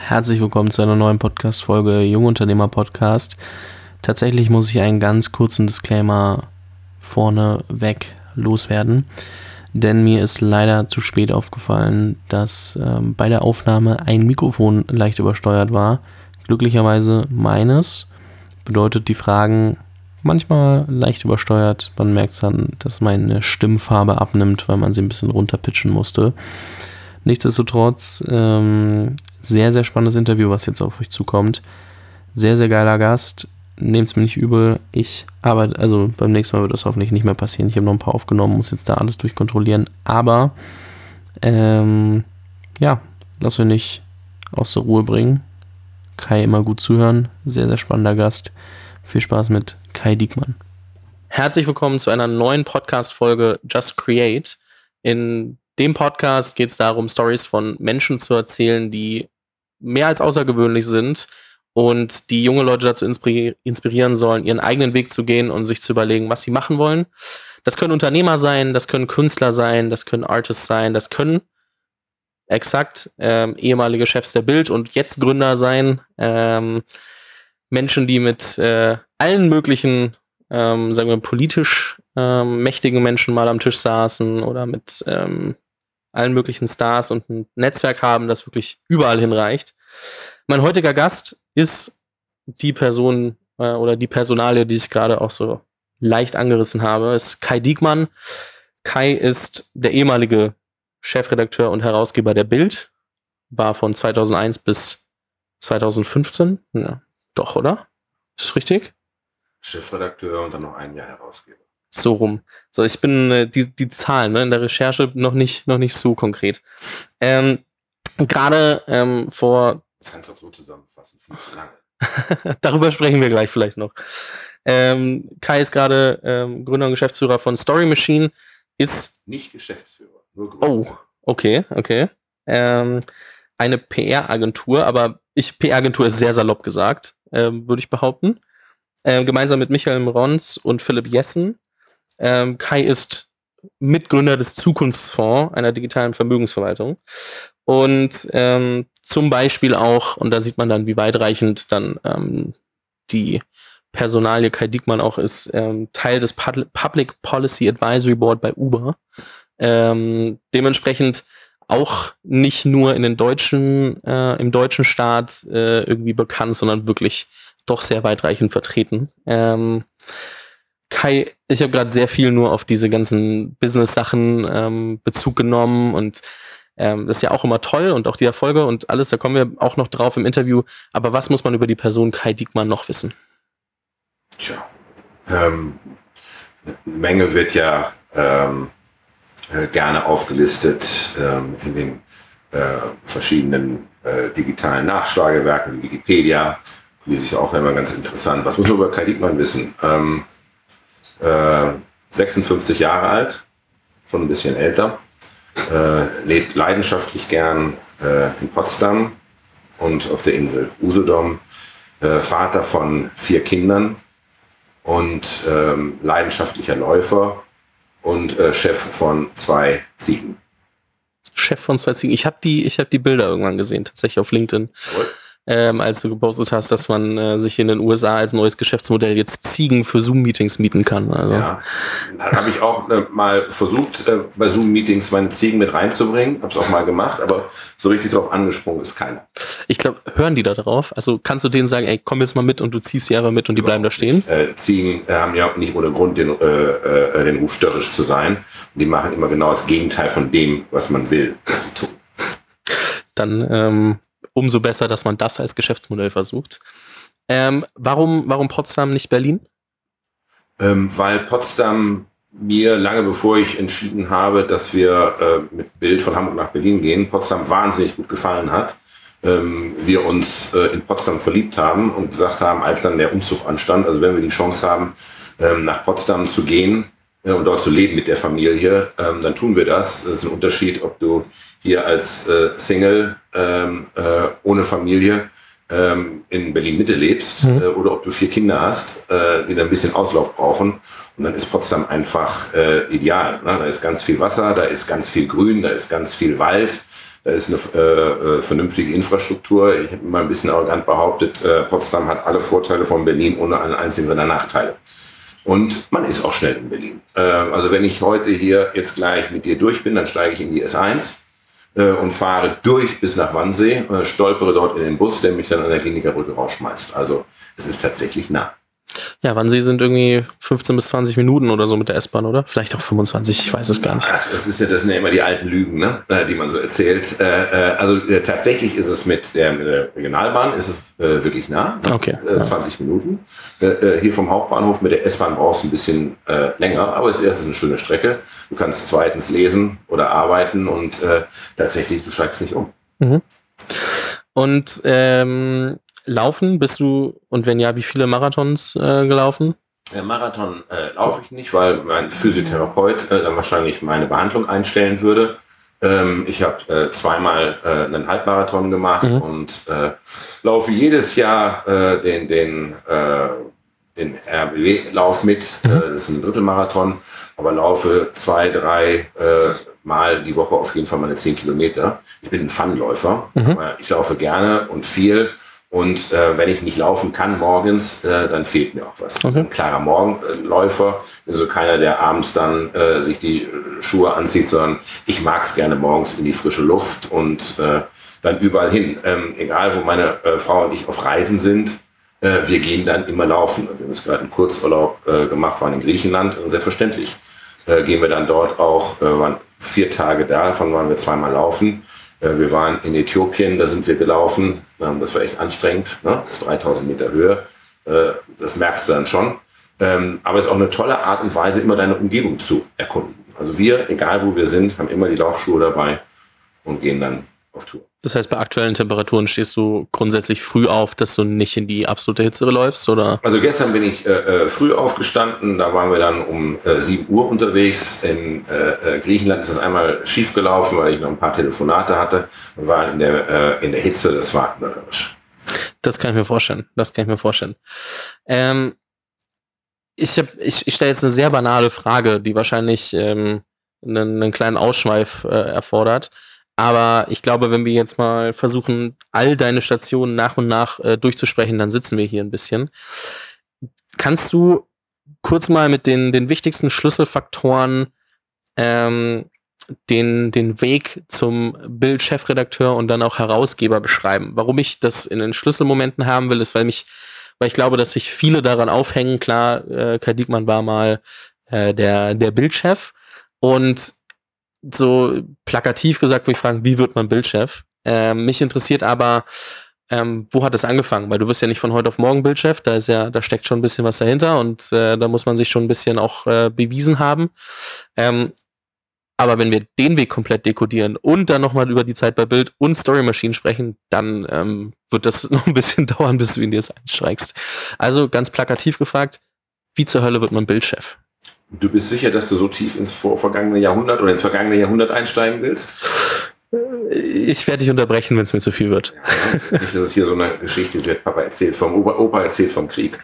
Herzlich willkommen zu einer neuen Podcast-Folge Jungunternehmer-Podcast. Tatsächlich muss ich einen ganz kurzen Disclaimer vorneweg loswerden, denn mir ist leider zu spät aufgefallen, dass bei der Aufnahme ein Mikrofon leicht übersteuert war. Glücklicherweise meines. Bedeutet die Fragen manchmal leicht übersteuert. Man merkt dann, dass meine Stimmfarbe abnimmt, weil man sie ein bisschen runterpitchen musste. Nichtsdestotrotz, sehr, sehr spannendes Interview, was jetzt auf euch zukommt. Sehr, sehr geiler Gast. Nehmt es mir nicht übel. Beim nächsten Mal wird das hoffentlich nicht mehr passieren. Ich habe noch ein paar aufgenommen, muss jetzt da alles durchkontrollieren. Aber, lass euch nicht aus der Ruhe bringen. Kai immer gut zuhören. Sehr, sehr spannender Gast. Viel Spaß mit Kai Diekmann. Herzlich willkommen zu einer neuen Podcast-Folge Just Create. In dem Podcast geht es darum, Stories von Menschen zu erzählen, die mehr als außergewöhnlich sind und die junge Leute dazu inspirieren sollen, ihren eigenen Weg zu gehen und sich zu überlegen, was sie machen wollen. Das können Unternehmer sein, das können Künstler sein, das können Artists sein, das können ehemalige Chefs der Bild und jetzt Gründer sein. Menschen, die mit allen möglichen, politisch mächtigen Menschen mal am Tisch saßen oder mit allen möglichen Stars und ein Netzwerk haben, das wirklich überall hinreicht. Mein heutiger Gast ist die Person oder die Personalie, die ich gerade auch so leicht angerissen habe, ist Kai Diekmann. Kai ist der ehemalige Chefredakteur und Herausgeber der Bild, war von 2001 bis 2015. Ja, doch, oder? Ist richtig? Chefredakteur und dann noch ein Jahr Herausgeber. So rum. So, ich bin die Zahlen in der Recherche noch nicht so konkret. Gerade vor... Du kannst auch so zusammenfassen, viel zu lange. Darüber sprechen wir gleich vielleicht noch. Kai ist gerade Gründer und Geschäftsführer von Story Machine. Ist nicht Geschäftsführer, nur Gründer. Oh, okay. Eine PR-Agentur, aber PR-Agentur ist sehr salopp gesagt, würde ich behaupten. Gemeinsam mit Michael Mrons und Philipp Jessen. Kai ist Mitgründer des Zukunftsfonds, einer digitalen Vermögensverwaltung. Und zum Beispiel auch, und da sieht man dann, wie weitreichend dann die Personalie Kai Diekmann auch ist, Teil des Public Policy Advisory Board bei Uber. Dementsprechend auch nicht nur im deutschen Staat irgendwie bekannt, sondern wirklich doch sehr weitreichend vertreten. Kai, ich habe gerade sehr viel nur auf diese ganzen Business-Sachen Bezug genommen und das ist ja auch immer toll und auch die Erfolge und alles, da kommen wir auch noch drauf im Interview. Aber was muss man über die Person Kai Diekmann noch wissen? Tja, eine Menge wird ja gerne aufgelistet in den verschiedenen digitalen Nachschlagewerken wie Wikipedia. Lese ich auch immer ganz interessant. Was muss man über Kai Diekmann wissen? 56 Jahre alt, schon ein bisschen älter, lebt leidenschaftlich gern in Potsdam und auf der Insel Usedom, Vater von 4 Kindern und leidenschaftlicher Läufer und Chef von 2 Ziegen. Chef von 2 Ziegen. Ich hab die Bilder irgendwann gesehen, tatsächlich auf LinkedIn. Als du gepostet hast, dass man sich in den USA als neues Geschäftsmodell jetzt Ziegen für Zoom-Meetings mieten kann. Also. Ja, dann habe ich auch mal versucht, bei Zoom-Meetings meine Ziegen mit reinzubringen. Habe es auch mal gemacht, aber so richtig drauf angesprungen ist keiner. Ich glaube, hören die da drauf? Also kannst du denen sagen, ey, komm jetzt mal mit und du ziehst sie einfach mit und die bleiben da stehen? Ziegen haben ja nicht ohne Grund den Ruf, störrisch zu sein. Und die machen immer genau das Gegenteil von dem, was man will, dass sie tun. Dann umso besser, dass man das als Geschäftsmodell versucht. Warum Potsdam, nicht Berlin? Weil Potsdam mir lange bevor ich entschieden habe, dass wir mit Bild von Hamburg nach Berlin gehen, Potsdam wahnsinnig gut gefallen hat. Wir uns in Potsdam verliebt haben und gesagt haben, als dann der Umzug anstand, also wenn wir die Chance haben, nach Potsdam zu gehen und dort zu leben mit der Familie, dann tun wir das. Das ist ein Unterschied, ob du hier als Single ohne Familie in Berlin-Mitte lebst oder ob du 4 Kinder hast, die dann ein bisschen Auslauf brauchen. Und dann ist Potsdam einfach ideal. Ne? Da ist ganz viel Wasser, da ist ganz viel Grün, da ist ganz viel Wald. Da ist eine vernünftige Infrastruktur. Ich habe immer ein bisschen arrogant behauptet, Potsdam hat alle Vorteile von Berlin ohne einen einzigen seiner Nachteile. Und man ist auch schnell in Berlin. Also wenn ich heute hier jetzt gleich mit dir durch bin, dann steige ich in die S1 und fahre durch bis nach Wannsee, stolpere dort in den Bus, der mich dann an der Klinikerbrücke rausschmeißt. Also es ist tatsächlich nah. Ja, Wannsee sind irgendwie 15 bis 20 Minuten oder so mit der S-Bahn, oder? Vielleicht auch 25, ich weiß es gar nicht. Das sind ja immer die alten Lügen, ne? Die man so erzählt. Tatsächlich ist es mit der Regionalbahn ist es wirklich nah. Okay. 20 Minuten. Hier vom Hauptbahnhof mit der S-Bahn brauchst du ein bisschen länger, aber es ist erstens eine schöne Strecke. Du kannst zweitens lesen oder arbeiten und tatsächlich, du steigst nicht um. Mhm. Und Laufen bist du, und wenn ja, wie viele Marathons gelaufen? Marathon laufe ich nicht, weil mein Physiotherapeut dann wahrscheinlich meine Behandlung einstellen würde. Ich habe zweimal einen Halbmarathon gemacht und laufe jedes Jahr den RBW-Lauf mit. Das ist ein Drittelmarathon, aber laufe 2, 3 Mal die Woche auf jeden Fall meine 10 Kilometer. Ich bin ein Funläufer, aber ich laufe gerne und viel. Und wenn ich nicht laufen kann morgens, dann fehlt mir auch was. Okay. Ein klarer Morgenläufer, bin so keiner, der abends dann sich die Schuhe anzieht, sondern ich mag es gerne morgens in die frische Luft und dann überall hin. Egal, wo meine Frau und ich auf Reisen sind, wir gehen dann immer laufen. Wir haben jetzt gerade einen Kurzurlaub gemacht, waren in Griechenland und selbstverständlich gehen wir dann dort auch, waren 4 Tage da, davon waren wir 2-mal laufen. Wir waren in Äthiopien, da sind wir gelaufen. Das war echt anstrengend, ne? 3000 Meter Höhe. Das merkst du dann schon. Aber es ist auch eine tolle Art und Weise, immer deine Umgebung zu erkunden. Also wir, egal wo wir sind, haben immer die Laufschuhe dabei und gehen dann auf Tour. Das heißt, bei aktuellen Temperaturen stehst du grundsätzlich früh auf, dass du nicht in die absolute Hitze läufst, oder? Also gestern bin ich früh aufgestanden, da waren wir dann um 7 Uhr unterwegs. In Griechenland ist das einmal schief gelaufen, weil ich noch ein paar Telefonate hatte. Wir waren in der Hitze, das war mördersch. Das kann ich mir vorstellen. Ich stelle jetzt eine sehr banale Frage, die wahrscheinlich einen kleinen Ausschweif erfordert. Aber ich glaube, wenn wir jetzt mal versuchen, all deine Stationen nach und nach durchzusprechen, dann sitzen wir hier ein bisschen. Kannst du kurz mal mit den wichtigsten Schlüsselfaktoren den Weg zum Bild-Chefredakteur und dann auch Herausgeber beschreiben? Warum ich das in den Schlüsselmomenten haben will, ist, weil ich glaube, dass sich viele daran aufhängen. Klar, Kai Diekmann war mal der Bildchef, und so plakativ gesagt, wo ich frage, wie wird man Bildchef? Mich interessiert aber, wo hat es angefangen? Weil du wirst ja nicht von heute auf morgen Bildchef, da steckt schon ein bisschen was dahinter, und da muss man sich schon ein bisschen auch bewiesen haben. Aber wenn wir den Weg komplett dekodieren und dann nochmal über die Zeit bei Bild und Story Machine sprechen, dann wird das noch ein bisschen dauern, bis du in dir einsteigst. Also ganz plakativ gefragt, wie zur Hölle wird man Bildchef? Du bist sicher, dass du so tief ins vergangene Jahrhundert oder ins vergangene Jahrhundert einsteigen willst? Ich werde dich unterbrechen, wenn es mir zu viel wird. Ja, nicht, dass es hier so eine Geschichte wird. Papa erzählt vom Opa erzählt vom Krieg.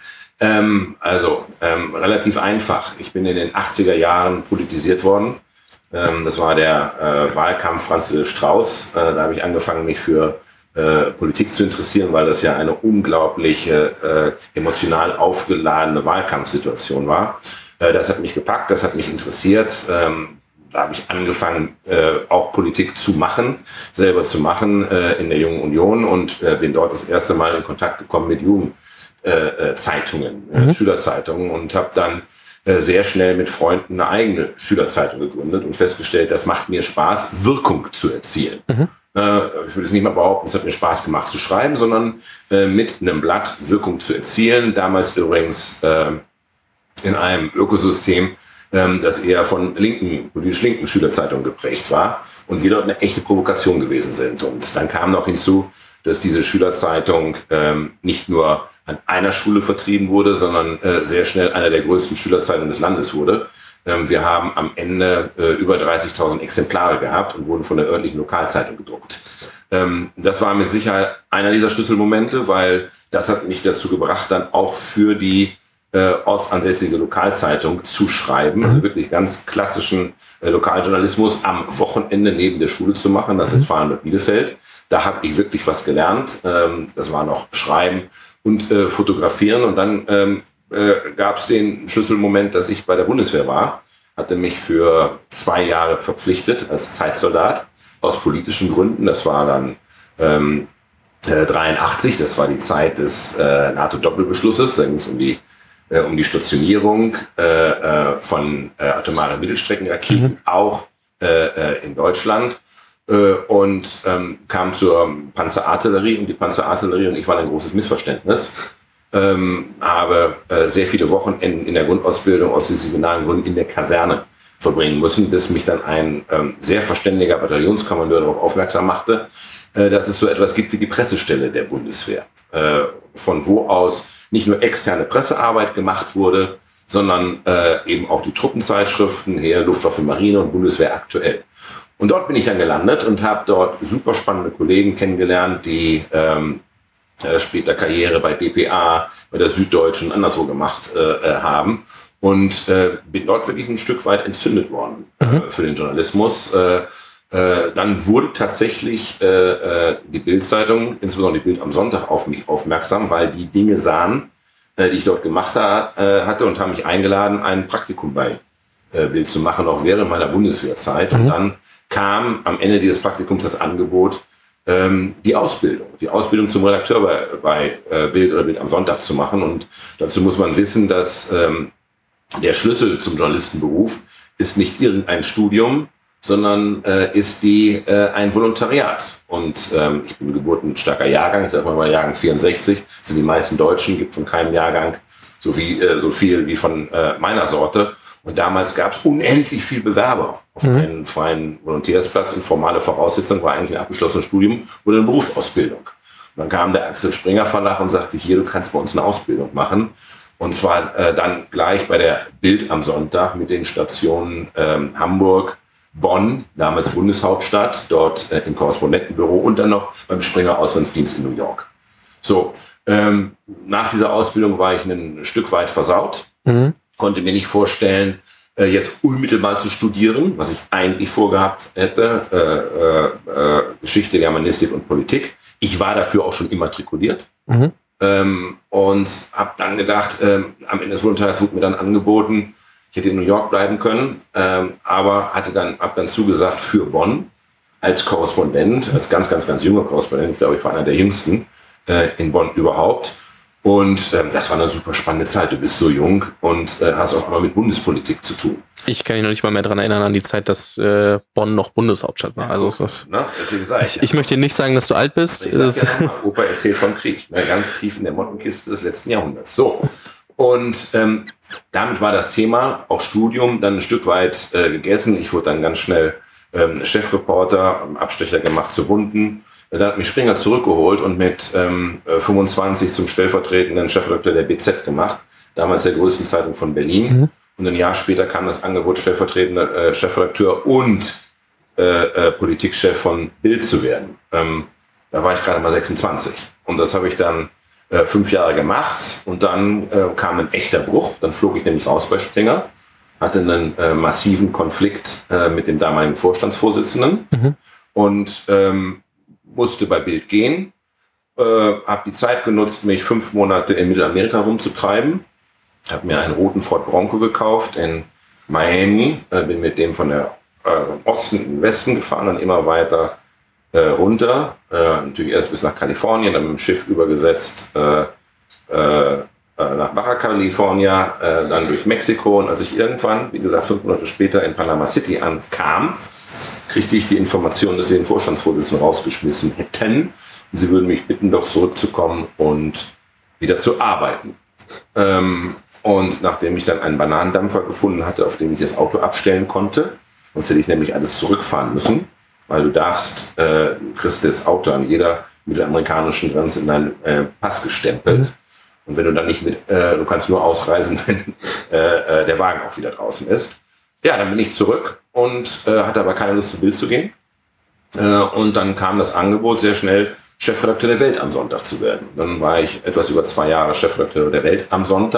Relativ einfach. Ich bin in den 80er Jahren politisiert worden. Das war der Wahlkampf Franz Josef Strauß. Da habe ich angefangen, mich für Politik zu interessieren, weil das ja eine unglaubliche, emotional aufgeladene Wahlkampfsituation war. Das hat mich gepackt, das hat mich interessiert. Da habe ich angefangen, auch Politik zu machen, selber zu machen in der Jungen Union, und bin dort das erste Mal in Kontakt gekommen mit Jugendzeitungen, Schülerzeitungen, und habe dann sehr schnell mit Freunden eine eigene Schülerzeitung gegründet und festgestellt, das macht mir Spaß, Wirkung zu erzielen. Ich würde es nicht mal behaupten, es hat mir Spaß gemacht zu schreiben, sondern mit einem Blatt Wirkung zu erzielen. Damals übrigens in einem Ökosystem, das eher von politisch linken Schülerzeitungen geprägt war und wir dort eine echte Provokation gewesen sind. Und dann kam noch hinzu, dass diese Schülerzeitung nicht nur an einer Schule vertrieben wurde, sondern sehr schnell einer der größten Schülerzeitungen des Landes wurde. Wir haben am Ende über 30.000 Exemplare gehabt und wurden von der örtlichen Lokalzeitung gedruckt. Das war mit Sicherheit einer dieser Schlüsselmomente, weil das hat mich dazu gebracht, dann auch für die ortsansässige Lokalzeitung zu schreiben, also wirklich ganz klassischen Lokaljournalismus am Wochenende neben der Schule zu machen, das ist Westfalen und Bielefeld. Da habe ich wirklich was gelernt. Das war noch Schreiben und Fotografieren. Und dann gab es den Schlüsselmoment, dass ich bei der Bundeswehr war, hatte mich für 2 Jahre verpflichtet als Zeitsoldat aus politischen Gründen. Das war dann 83, das war die Zeit des NATO-Doppelbeschlusses. Da ging es um die Stationierung von atomaren Mittelstreckenraketen, auch in Deutschland. Und kam zur Panzerartillerie, und die Panzerartillerie und ich waren ein großes Missverständnis. Habe sehr viele Wochenenden in der Grundausbildung aus disziplinaren Gründen in der Kaserne verbringen müssen, bis mich dann ein sehr verständiger Bataillonskommandeur darauf aufmerksam machte, dass es so etwas gibt wie die Pressestelle der Bundeswehr, von wo aus nicht nur externe Pressearbeit gemacht wurde, sondern eben auch die Truppenzeitschriften, Heer, Luftwaffe, Marine und Bundeswehr aktuell. Und dort bin ich dann gelandet und habe dort super spannende Kollegen kennengelernt, die später Karriere bei dpa, bei der Süddeutschen, anderswo gemacht haben. Und bin dort wirklich ein Stück weit entzündet worden für den Journalismus. Dann wurde tatsächlich die Bild-Zeitung, insbesondere die Bild am Sonntag, auf mich aufmerksam, weil die Dinge sahen, die ich dort gemacht hatte, und haben mich eingeladen, ein Praktikum bei Bild zu machen, auch während meiner Bundeswehrzeit. Und dann kam am Ende dieses Praktikums das Angebot, die Ausbildung zum Redakteur bei Bild oder Bild am Sonntag zu machen. Und dazu muss man wissen, dass der Schlüssel zum Journalistenberuf ist nicht irgendein Studium, sondern ist ein Volontariat. Und ich bin geburtenstarker Jahrgang, ich sage mal Jahrgang 64, sind die meisten Deutschen, gibt von keinem Jahrgang so viel wie von meiner Sorte. Und damals gab es unendlich viel Bewerber auf einen freien Volontärsplatz, und formale Voraussetzung war eigentlich ein abgeschlossenes Studium oder eine Berufsausbildung. Und dann kam der Axel Springer Verlag und sagte, hier, du kannst bei uns eine Ausbildung machen. Und zwar dann gleich bei der Bild am Sonntag mit den Stationen Hamburg, Bonn, damals Bundeshauptstadt, dort im Korrespondentenbüro, und dann noch beim Springer Auslandsdienst in New York. So, nach dieser Ausbildung war ich ein Stück weit versaut. Konnte mir nicht vorstellen, jetzt unmittelbar zu studieren, was ich eigentlich vorgehabt hätte, Geschichte, Germanistik und Politik. Ich war dafür auch schon immatrikuliert. Und habe dann gedacht, am Ende des Volontariats wurde mir dann angeboten, ich hätte in New York bleiben können, aber habe dann zugesagt für Bonn als Korrespondent, als ganz, ganz, ganz junger Korrespondent. Ich glaube, ich war einer der jüngsten in Bonn überhaupt. Und das war eine super spannende Zeit. Du bist so jung und hast auch mal mit Bundespolitik zu tun. Ich kann mich noch nicht mal mehr daran erinnern, an die Zeit, dass Bonn noch Bundeshauptstadt war. Also ich möchte nicht sagen, dass du alt bist. Opa erzählt vom Krieg, ganz tief in der Mottenkiste des letzten Jahrhunderts. So, und damit war das Thema, auch Studium, dann ein Stück weit gegessen. Ich wurde dann ganz schnell Chefreporter, Abstecher gemacht zu Bunden. Da hat mich Springer zurückgeholt und mit 25 zum stellvertretenden Chefredakteur der BZ gemacht, damals der größten Zeitung von Berlin. Und ein Jahr später kam das Angebot, stellvertretender Chefredakteur und Politikchef von Bild zu werden. Da war ich gerade mal 26. Und das habe ich dann 5 Jahre gemacht. Und dann kam ein echter Bruch. Dann flog ich nämlich raus bei Springer, hatte einen massiven Konflikt mit dem damaligen Vorstandsvorsitzenden und musste bei Bild gehen, habe die Zeit genutzt, mich 5 Monate in Mittelamerika rumzutreiben, habe mir einen roten Ford Bronco gekauft in Miami, bin mit dem von der Osten in den Westen gefahren, dann immer weiter runter, natürlich erst bis nach Kalifornien, dann mit dem Schiff übergesetzt nach Baja California, dann durch Mexiko, und als ich irgendwann, wie gesagt, 5 Monate später in Panama City ankam, kriegte ich die Information, dass sie den Vorstandsvorsitzenden rausgeschmissen hätten. Und sie würden mich bitten, doch zurückzukommen und wieder zu arbeiten. Und nachdem ich dann einen Bananendampfer gefunden hatte, auf dem ich das Auto abstellen konnte, sonst hätte ich nämlich alles zurückfahren müssen, weil du kriegst das Auto an jeder mittelamerikanischen Grenze in deinen Pass gestempelt. Und wenn du dann nicht du kannst nur ausreisen, wenn der Wagen auch wieder draußen ist. Ja, dann bin ich zurück und hatte aber keine Lust, zu Bild zu gehen. Und dann kam das Angebot, sehr schnell Chefredakteur der Welt am Sonntag zu werden. Dann war ich etwas über 2 Jahre Chefredakteur der Welt am Sonntag,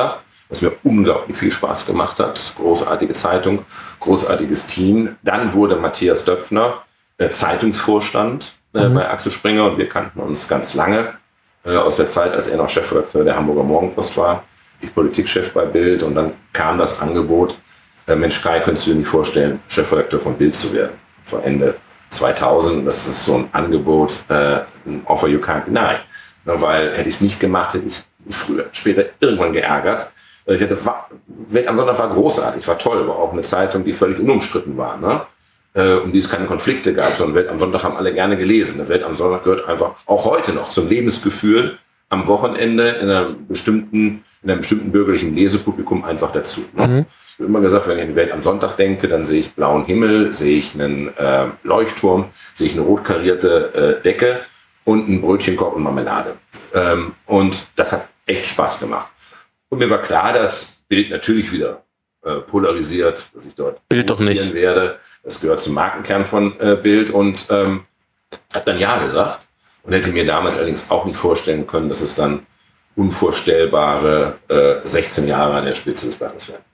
was mir unglaublich viel Spaß gemacht hat. Großartige Zeitung, großartiges Team. Dann wurde Matthias Döpfner Zeitungsvorstand bei Axel Springer und wir kannten uns ganz lange aus der Zeit, als er noch Chefredakteur der Hamburger Morgenpost war. Ich Politikchef bei Bild und dann kam das Angebot, Mensch Kai, könntest du dir nicht vorstellen, Chefredakteur von Bild zu werden? Vor Ende 2000, das ist so ein Angebot, ein Offer you can't deny. Weil hätte ich es nicht gemacht, hätte ich später irgendwann geärgert. Welt am Sonntag war großartig, war toll, war auch eine Zeitung, die völlig unumstritten war, ne? Um die es keine Konflikte gab, sondern Welt am Sonntag haben alle gerne gelesen. Welt am Sonntag gehört einfach auch heute noch zum Lebensgefühl am Wochenende in einem bestimmten bürgerlichen Lesepublikum einfach dazu. Ne? Ich habe immer gesagt, wenn ich an die Welt am Sonntag denke, dann sehe ich blauen Himmel, sehe ich einen Leuchtturm, sehe ich eine rot karierte Decke und ein Brötchenkorb und Marmelade. Und das hat echt Spaß gemacht. Und mir war klar, dass Bild natürlich wieder polarisiert, dass ich dort Bild doch nicht werde. Das gehört zum Markenkern von Bild und habe dann ja gesagt und hätte mir damals allerdings auch nicht vorstellen können, dass es dann unvorstellbare 16 Jahre an der Spitze des Blattes werden.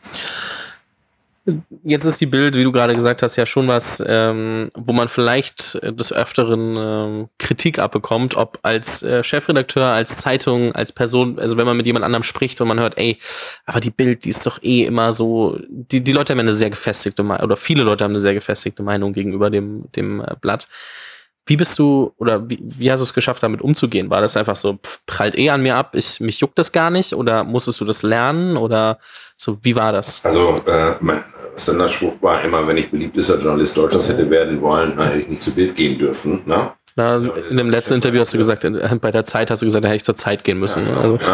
Jetzt ist die Bild, wie du gerade gesagt hast, ja schon was, wo man vielleicht des Öfteren Kritik abbekommt, ob als Chefredakteur, als Zeitung, als Person, also wenn man mit jemand anderem spricht und man hört, ey, aber die Bild, die ist doch eh immer so, die Leute haben eine sehr gefestigte Meinung, oder viele Leute haben eine sehr gefestigte Meinung gegenüber dem Blatt. Wie bist du, oder wie hast du es geschafft, damit umzugehen? War das einfach so, prallt eh an mir ab, mich juckt das gar nicht? Oder musstest du das lernen? Oder so, wie war das? Also, mein Standardspruch war immer, wenn ich beliebtester Journalist Deutschlands hätte werden wollen, dann hätte ich nicht zu Bild gehen dürfen. Ne? Na, in dem letzten Interview hast du gesagt, bei der Zeit hast du gesagt, da hätte ich zur Zeit gehen müssen. Ja, also.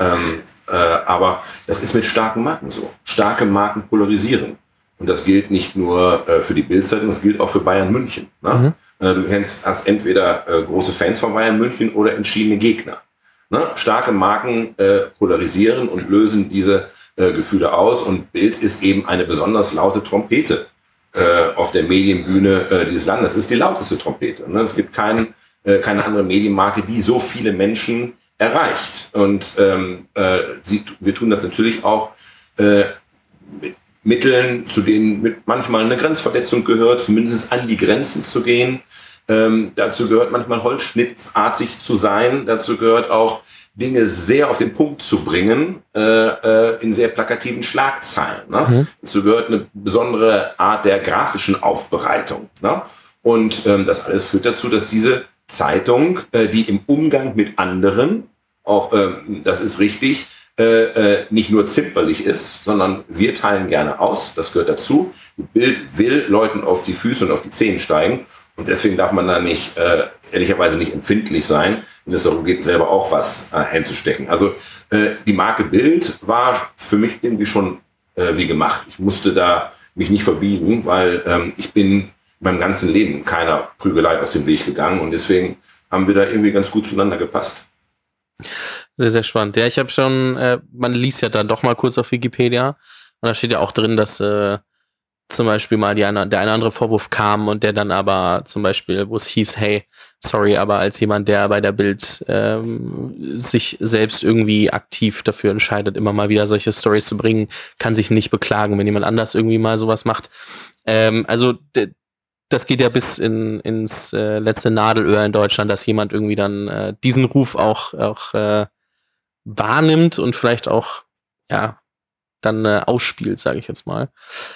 Aber das ist mit starken Marken so. Starke Marken polarisieren. Und das gilt nicht nur für die Bild-Zeitung, das gilt auch für Bayern München. Ne? Du hast entweder große Fans von Bayern München oder entschiedene Gegner. Ne? Starke Marken polarisieren und lösen diese Gefühle aus. Und Bild ist eben eine besonders laute Trompete auf der Medienbühne dieses Landes. Das ist die lauteste Trompete. Ne? Es gibt keine andere Medienmarke, die so viele Menschen erreicht. Und wir tun das natürlich auch mit Mitteln, zu denen manchmal eine Grenzverletzung gehört, zumindest an die Grenzen zu gehen. Dazu gehört manchmal holzschnittartig zu sein. Dazu gehört auch, Dinge sehr auf den Punkt zu bringen, in sehr plakativen Schlagzeilen. Ne? Dazu gehört eine besondere Art der grafischen Aufbereitung. Ne? Und das alles führt dazu, dass diese Zeitung, die im Umgang mit anderen, auch das ist richtig, nicht nur zimperlich ist, sondern wir teilen gerne aus, das gehört dazu. Die Bild will Leuten auf die Füße und auf die Zehen steigen und deswegen darf man da nicht, ehrlicherweise nicht empfindlich sein, wenn es darum geht, selber auch was einzustecken. Also die Marke Bild war für mich irgendwie schon wie gemacht. Ich musste da mich nicht verbiegen, weil ich bin meinem ganzen Leben keiner Prügelei aus dem Weg gegangen und deswegen haben wir da irgendwie ganz gut zueinander gepasst. Sehr, sehr spannend. Ja, ich habe schon, man liest ja dann doch mal kurz auf Wikipedia und da steht ja auch drin, dass zum Beispiel mal der eine andere Vorwurf kam und der dann aber zum Beispiel, wo es hieß, hey, sorry, aber als jemand, der bei der Bild sich selbst irgendwie aktiv dafür entscheidet, immer mal wieder solche Storys zu bringen, kann sich nicht beklagen, wenn jemand anders irgendwie mal sowas macht. Also das geht ja bis ins letzte Nadelöhr in Deutschland, dass jemand irgendwie dann diesen Ruf auch wahrnimmt und vielleicht auch ja dann ausspielt, sage ich jetzt mal.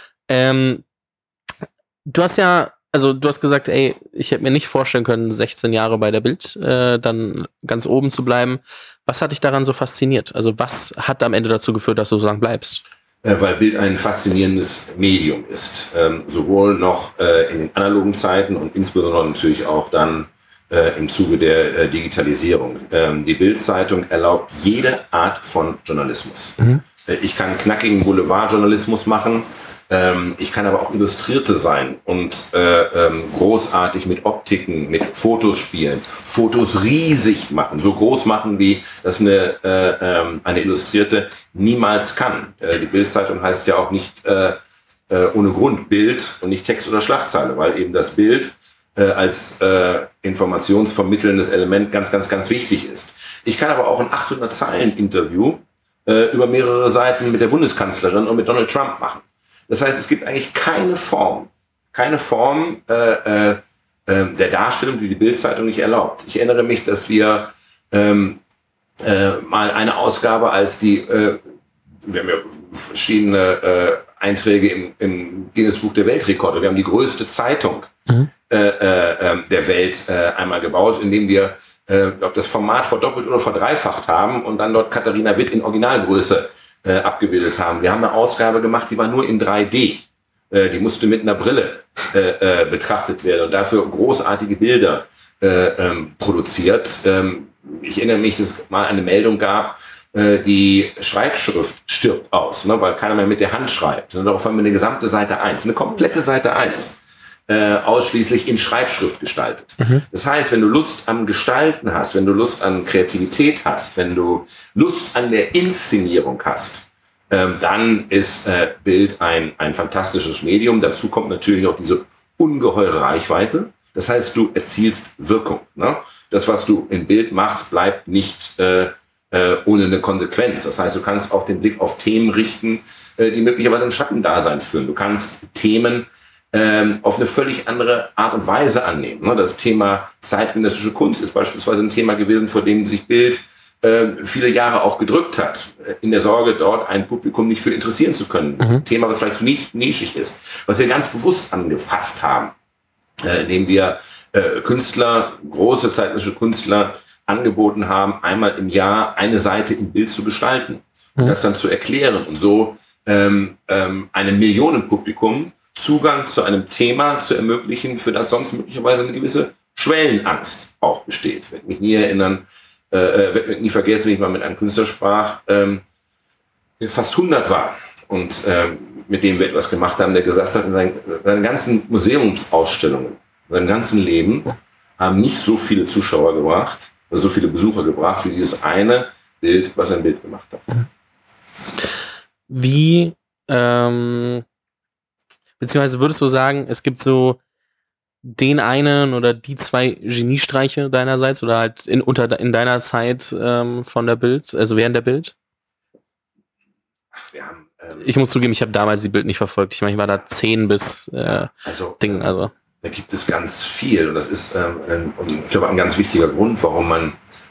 Du hast gesagt, ey, ich hätte mir nicht vorstellen können, 16 Jahre bei der Bild dann ganz oben zu bleiben. Was hat dich daran so fasziniert? Also was hat am Ende dazu geführt, dass du so lange bleibst? Weil Bild ein faszinierendes Medium ist. Sowohl noch in den analogen Zeiten und insbesondere natürlich auch dann im Zuge der Digitalisierung. Die Bild-Zeitung erlaubt jede Art von Journalismus. Ich kann knackigen Boulevardjournalismus machen. Ich kann aber auch Illustrierte sein und großartig mit Optiken, mit Fotos spielen, Fotos riesig machen, so groß machen, wie das eine Illustrierte niemals kann. Die Bild-Zeitung heißt ja auch nicht ohne Grund Bild und nicht Text oder Schlagzeile, weil eben das Bild als informationsvermittelndes Element ganz, ganz, ganz wichtig ist. Ich kann aber auch ein 800-Zeilen-Interview über mehrere Seiten mit der Bundeskanzlerin und mit Donald Trump machen. Das heißt, es gibt eigentlich keine Form der Darstellung, die Bild-Zeitung nicht erlaubt. Ich erinnere mich, dass wir mal eine Ausgabe als wir haben ja verschiedene Einträge im Guinness-Buch der Weltrekorde. Wir haben die größte Zeitung der Welt einmal gebaut, indem wir das Format verdoppelt oder verdreifacht haben und dann dort Katharina Witt in Originalgröße abgebildet haben. Wir haben eine Ausgabe gemacht, die war nur in 3D. Die musste mit einer Brille betrachtet werden und dafür großartige Bilder produziert. Ich erinnere mich, dass es mal eine Meldung gab, die Schreibschrift stirbt aus, ne, weil keiner mehr mit der Hand schreibt. Und darauf haben wir eine gesamte Seite 1, eine komplette Seite 1, ausschließlich in Schreibschrift gestaltet. Das heißt, wenn du Lust am Gestalten hast, wenn du Lust an Kreativität hast, wenn du Lust an der Inszenierung hast, dann ist Bild ein fantastisches Medium. Dazu kommt natürlich auch diese ungeheure Reichweite. Das heißt, du erzielst Wirkung. Ne? Das, was du in Bild machst, bleibt nicht ohne eine Konsequenz. Das heißt, du kannst auch den Blick auf Themen richten, die möglicherweise ein Schattendasein führen. Du kannst Themen auf eine völlig andere Art und Weise annehmen. Ne? Das Thema zeitgenössische Kunst ist beispielsweise ein Thema gewesen, vor dem sich Bild viele Jahre auch gedrückt hat, in der Sorge, dort ein Publikum nicht für interessieren zu können. Ein Thema, was vielleicht zu nischig ist, was wir ganz bewusst angefasst haben, indem wir Künstler, große zeitgenössische Künstler, angeboten haben, einmal im Jahr eine Seite im Bild zu gestalten und das dann zu erklären und so einem Millionenpublikum Zugang zu einem Thema zu ermöglichen, für das sonst möglicherweise eine gewisse Schwellenangst auch besteht. Ich werde mich nie erinnern, werde mich nie vergessen, wie ich mal mit einem Künstler sprach, der fast 100 war und mit dem wir etwas gemacht haben, der gesagt hat, in seinen ganzen Museumsausstellungen, in seinem ganzen Leben haben nicht so viele Zuschauer gebracht, also so viele Besucher gebracht, wie dieses eine Bild, was er ein Bild gemacht hat. Wie, beziehungsweise würdest du sagen, es gibt so den einen oder die zwei Geniestreiche deinerseits oder halt in deiner Zeit von der Bild, also während der Bild? Ach, wir haben, ich muss zugeben, ich habe damals die Bild nicht verfolgt. Ich meine, ich war da 10 bis Ding, also. Da gibt es ganz viel und das ist, ich glaube, ein ganz wichtiger Grund, warum man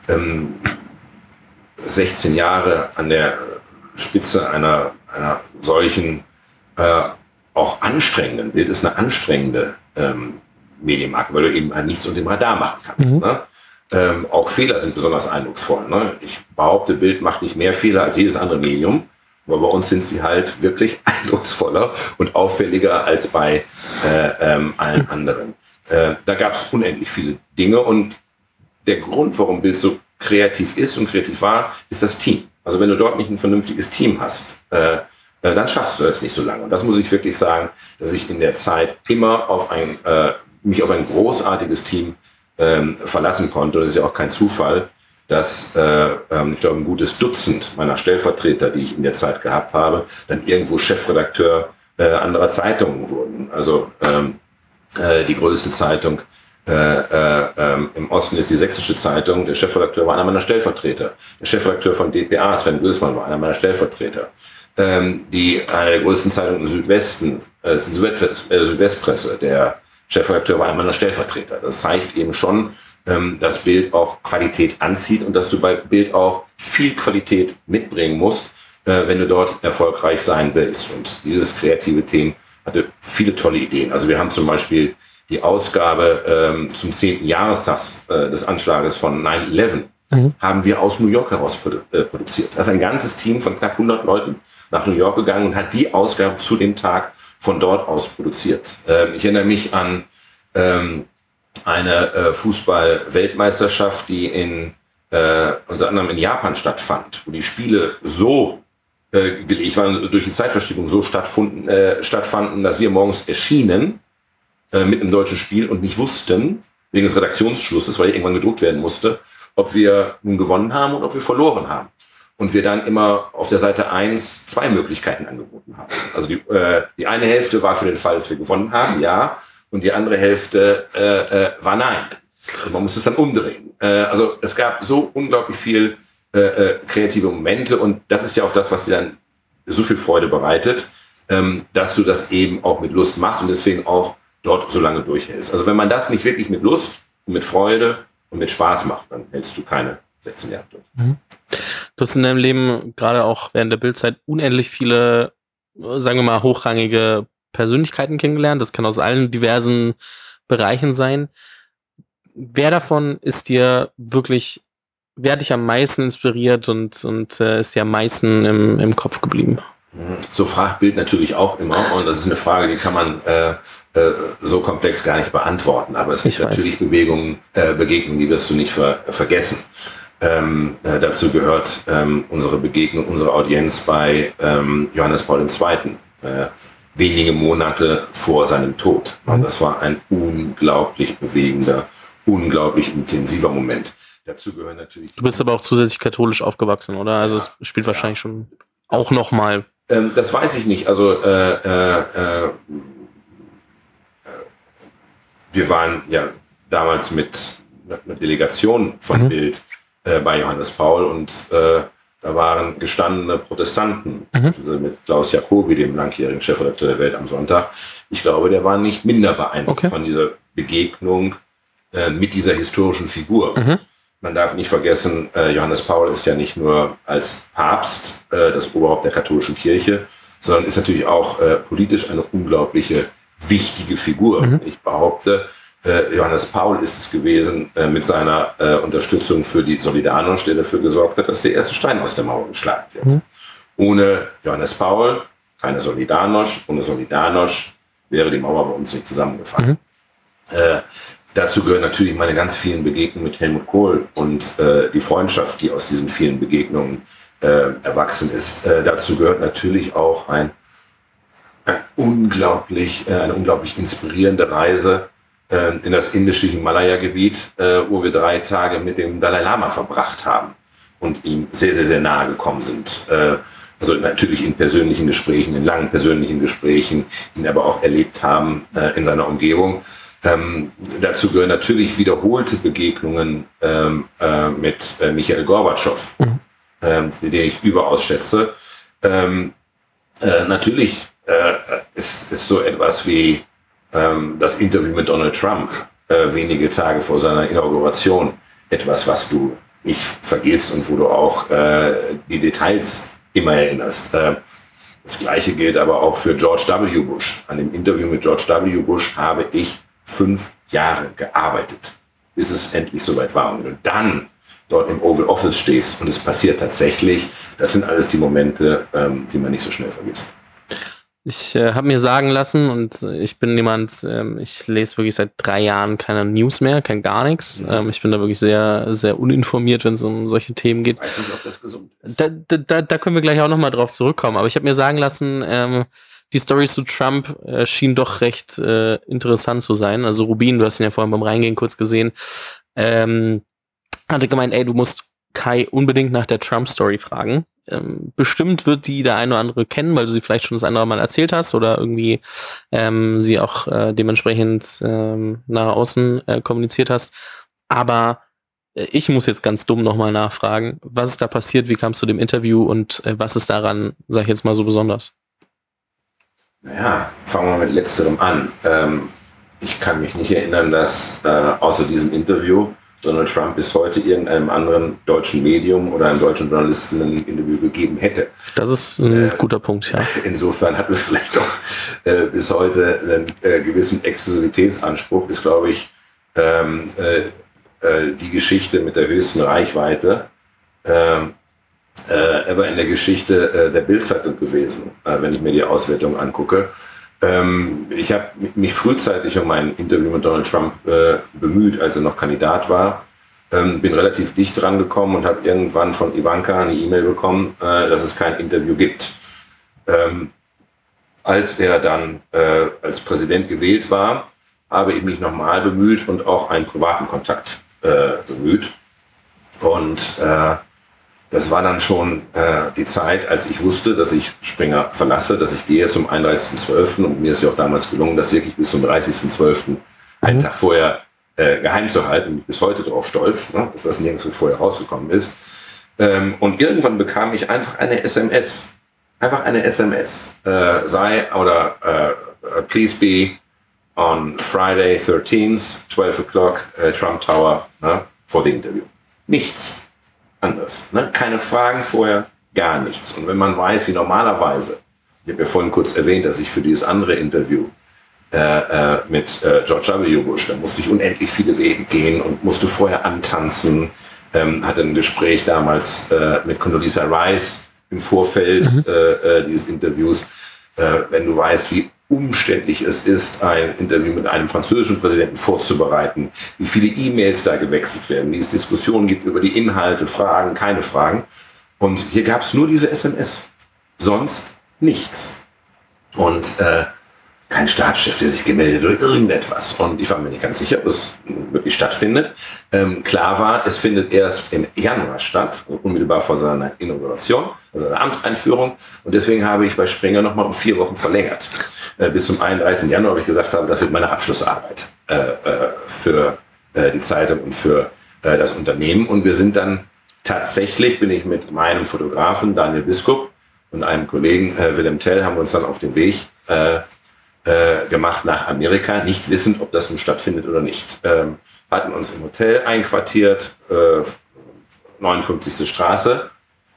16 Jahre an der Spitze einer solchen auch anstrengenden, Bild ist eine anstrengende Medienmarke, weil du eben nichts unter dem Radar machen kannst. Ne? Auch Fehler sind besonders eindrucksvoll. Ne? Ich behaupte, Bild macht nicht mehr Fehler als jedes andere Medium, aber bei uns sind sie halt wirklich eindrucksvoller und auffälliger als bei allen anderen. Da gab es unendlich viele Dinge und der Grund, warum Bild so kreativ ist und kreativ war, ist das Team. Also wenn du dort nicht ein vernünftiges Team hast, dann schaffst du das nicht so lange. Und das muss ich wirklich sagen, dass ich in der Zeit immer mich auf ein großartiges Team verlassen konnte. Und das ist ja auch kein Zufall, dass ich glaube, ein gutes Dutzend meiner Stellvertreter, die ich in der Zeit gehabt habe, dann irgendwo Chefredakteur anderer Zeitungen wurden. Also die größte Zeitung im Osten ist die Sächsische Zeitung. Der Chefredakteur war einer meiner Stellvertreter. Der Chefredakteur von dpa, Sven Bösmann, war einer meiner Stellvertreter. Eine der größten Zeitungen im Südwesten, ist die Südwestpresse. Der Chefredakteur war einer meiner Stellvertreter. Das zeigt eben schon, dass Bild auch Qualität anzieht und dass du bei Bild auch viel Qualität mitbringen musst, wenn du dort erfolgreich sein willst. Und dieses kreative Team hatte viele tolle Ideen. Also wir haben zum Beispiel die Ausgabe zum 10. Jahrestag des Anschlages von 9/11 haben wir aus New York heraus produziert. Da ist ein ganzes Team von knapp 100 Leuten nach New York gegangen und hat die Ausgabe zu dem Tag von dort aus produziert. Ich erinnere mich an eine Fußball-Weltmeisterschaft, die unter anderem in Japan stattfand, wo die Spiele so gelegt waren, durch die Zeitverschiebung so stattfanden, dass wir morgens erschienen mit einem deutschen Spiel und nicht wussten, wegen des Redaktionsschlusses, weil irgendwann gedruckt werden musste, ob wir nun gewonnen haben oder ob wir verloren haben. Und wir dann immer auf der Seite 1 2 Möglichkeiten angeboten haben. Also die eine Hälfte war für den Fall, dass wir gewonnen haben, ja, und die andere Hälfte war nein. Und man musste es dann umdrehen. Also es gab so unglaublich viel kreative Momente und das ist ja auch das, was dir dann so viel Freude bereitet, dass du das eben auch mit Lust machst und deswegen auch dort so lange durchhältst. Also wenn man das nicht wirklich mit Lust und mit Freude und mit Spaß macht, dann hältst du keine 16 Jahre durch. Du hast in deinem Leben gerade auch während der Bildzeit unendlich viele, sagen wir mal, hochrangige Persönlichkeiten kennengelernt. Das kann aus allen diversen Bereichen sein. Wer davon ist dir wirklich, wer hat dich am meisten inspiriert und ist dir am meisten im Kopf geblieben? So fragt Bild natürlich auch immer und das ist eine Frage, die kann man so komplex gar nicht beantworten. Aber es gibt natürlich Begegnungen, die wirst du nicht vergessen. Dazu gehört unsere Begegnung, unsere Audienz bei Johannes Paul II. Wenige Monate vor seinem Tod. Und das war ein unglaublich bewegender, unglaublich intensiver Moment. Dazu gehören natürlich... Du bist aber auch zusätzlich katholisch aufgewachsen, oder? Also es spielt wahrscheinlich schon auch nochmal... das weiß ich nicht. Also wir waren ja damals mit einer Delegation von Bild bei Johannes Paul und da waren gestandene Protestanten, also mit Klaus Jacobi, dem langjährigen Chefredakteur der Welt am Sonntag. Ich glaube, der war nicht minder beeindruckt von dieser Begegnung mit dieser historischen Figur. Man darf nicht vergessen, Johannes Paul ist ja nicht nur als Papst das Oberhaupt der katholischen Kirche, sondern ist natürlich auch politisch eine unglaubliche, wichtige Figur. Ich behaupte, Johannes Paul ist es gewesen mit seiner Unterstützung für die Solidarność, der dafür gesorgt hat, dass der erste Stein aus der Mauer geschlagen wird. Ohne Johannes Paul keine Solidarność, ohne Solidarność wäre die Mauer bei uns nicht zusammengefallen. Dazu gehören natürlich meine ganz vielen Begegnungen mit Helmut Kohl und die Freundschaft, die aus diesen vielen Begegnungen erwachsen ist. Dazu gehört natürlich auch eine unglaublich inspirierende Reise in das indische Himalaya-Gebiet, wo wir 3 Tage mit dem Dalai Lama verbracht haben und ihm sehr, sehr, sehr nahe gekommen sind. Also natürlich in persönlichen Gesprächen, in langen persönlichen Gesprächen, ihn aber auch erlebt haben in seiner Umgebung. Dazu gehören natürlich wiederholte Begegnungen mit Michail Gorbatschow, den ich überaus schätze. Natürlich ist so etwas wie das Interview mit Donald Trump wenige Tage vor seiner Inauguration etwas, was du nicht vergisst und wo du auch die Details immer erinnerst. Das Gleiche gilt aber auch für George W. Bush. An dem Interview mit George W. Bush habe ich 5 Jahre gearbeitet, bis es endlich soweit war. Und wenn du dann dort im Oval Office stehst und es passiert tatsächlich, das sind alles die Momente, die man nicht so schnell vergisst. Ich habe mir sagen lassen und ich bin jemand, ich lese wirklich seit 3 Jahren keine News mehr, kein gar nichts. Ich bin da wirklich sehr, sehr uninformiert, wenn es um solche Themen geht. Ich weiß nicht, ob das gesund ist. Da können wir gleich auch nochmal drauf zurückkommen. Aber ich habe mir sagen lassen, die Story zu Trump schien doch recht interessant zu sein. Also Rubin, du hast ihn ja vorhin beim Reingehen kurz gesehen, hatte gemeint, ey, du musst Kai unbedingt nach der Trump-Story fragen. Bestimmt wird die der eine oder andere kennen, weil du sie vielleicht schon das andere Mal erzählt hast oder irgendwie sie auch dementsprechend nach außen kommuniziert hast. Aber ich muss jetzt ganz dumm nochmal nachfragen, was ist da passiert, wie kam es zu dem Interview und was ist daran, sag ich jetzt mal, so besonders? Naja, fangen wir mit Letzterem an. Ich kann mich nicht erinnern, dass außer diesem Interview Donald Trump bis heute irgendeinem anderen deutschen Medium oder einem deutschen Journalisten ein Interview gegeben hätte. Das ist ein guter Punkt, ja. Insofern hat es vielleicht doch bis heute einen gewissen Exklusivitätsanspruch, ist, glaube ich, die Geschichte mit der höchsten Reichweite ever in der Geschichte der Bild-Zeitung gewesen, wenn ich mir die Auswertung angucke. Ich habe mich frühzeitig um ein Interview mit Donald Trump bemüht, als er noch Kandidat war. Bin relativ dicht dran gekommen und habe irgendwann von Ivanka eine E-Mail bekommen, dass es kein Interview gibt. Als er dann als Präsident gewählt war, habe ich mich nochmal bemüht und auch einen privaten Kontakt bemüht. Und das war dann schon die Zeit, als ich wusste, dass ich Springer verlasse, dass ich gehe zum 31.12. Und mir ist ja auch damals gelungen, das wirklich bis zum 30.12. einen Tag vorher geheim zu halten. Und ich bin bis heute darauf stolz, ne, dass das nirgendwo vorher rausgekommen ist. Und irgendwann bekam ich einfach eine SMS. Please be on Friday 13th, 12 o'clock, Trump Tower, ne, for the interview. Nichts anderes. Ne? Keine Fragen vorher, gar nichts. Und wenn man weiß, wie normalerweise, ich habe ja vorhin kurz erwähnt, dass ich für dieses andere Interview mit George W. Bush, da musste ich unendlich viele Wege gehen und musste vorher antanzen, hatte ein Gespräch damals mit Condoleezza Rice im Vorfeld dieses Interviews. Wenn du weißt, wie umständlich es ist, ein Interview mit einem französischen Präsidenten vorzubereiten, wie viele E-Mails da gewechselt werden, wie es Diskussionen gibt über die Inhalte, Fragen, keine Fragen. Und hier gab es nur diese SMS, sonst nichts. Und kein Stabschef, der sich gemeldet oder irgendetwas. Und ich war mir nicht ganz sicher, ob es wirklich stattfindet. Klar war, es findet erst im Januar statt, unmittelbar vor seiner Inauguration, also seiner Amtseinführung. Und deswegen habe ich bei Springer nochmal um 4 Wochen verlängert. Bis zum 31. Januar, habe ich gesagt habe, das wird meine Abschlussarbeit für die Zeitung und für das Unternehmen. Und wir sind dann tatsächlich, bin ich mit meinem Fotografen Daniel Biskup und einem Kollegen Willem Tell, haben wir uns dann auf den Weg gemacht nach Amerika, nicht wissend, ob das nun stattfindet oder nicht. Hatten uns im Hotel einquartiert, 59. Straße,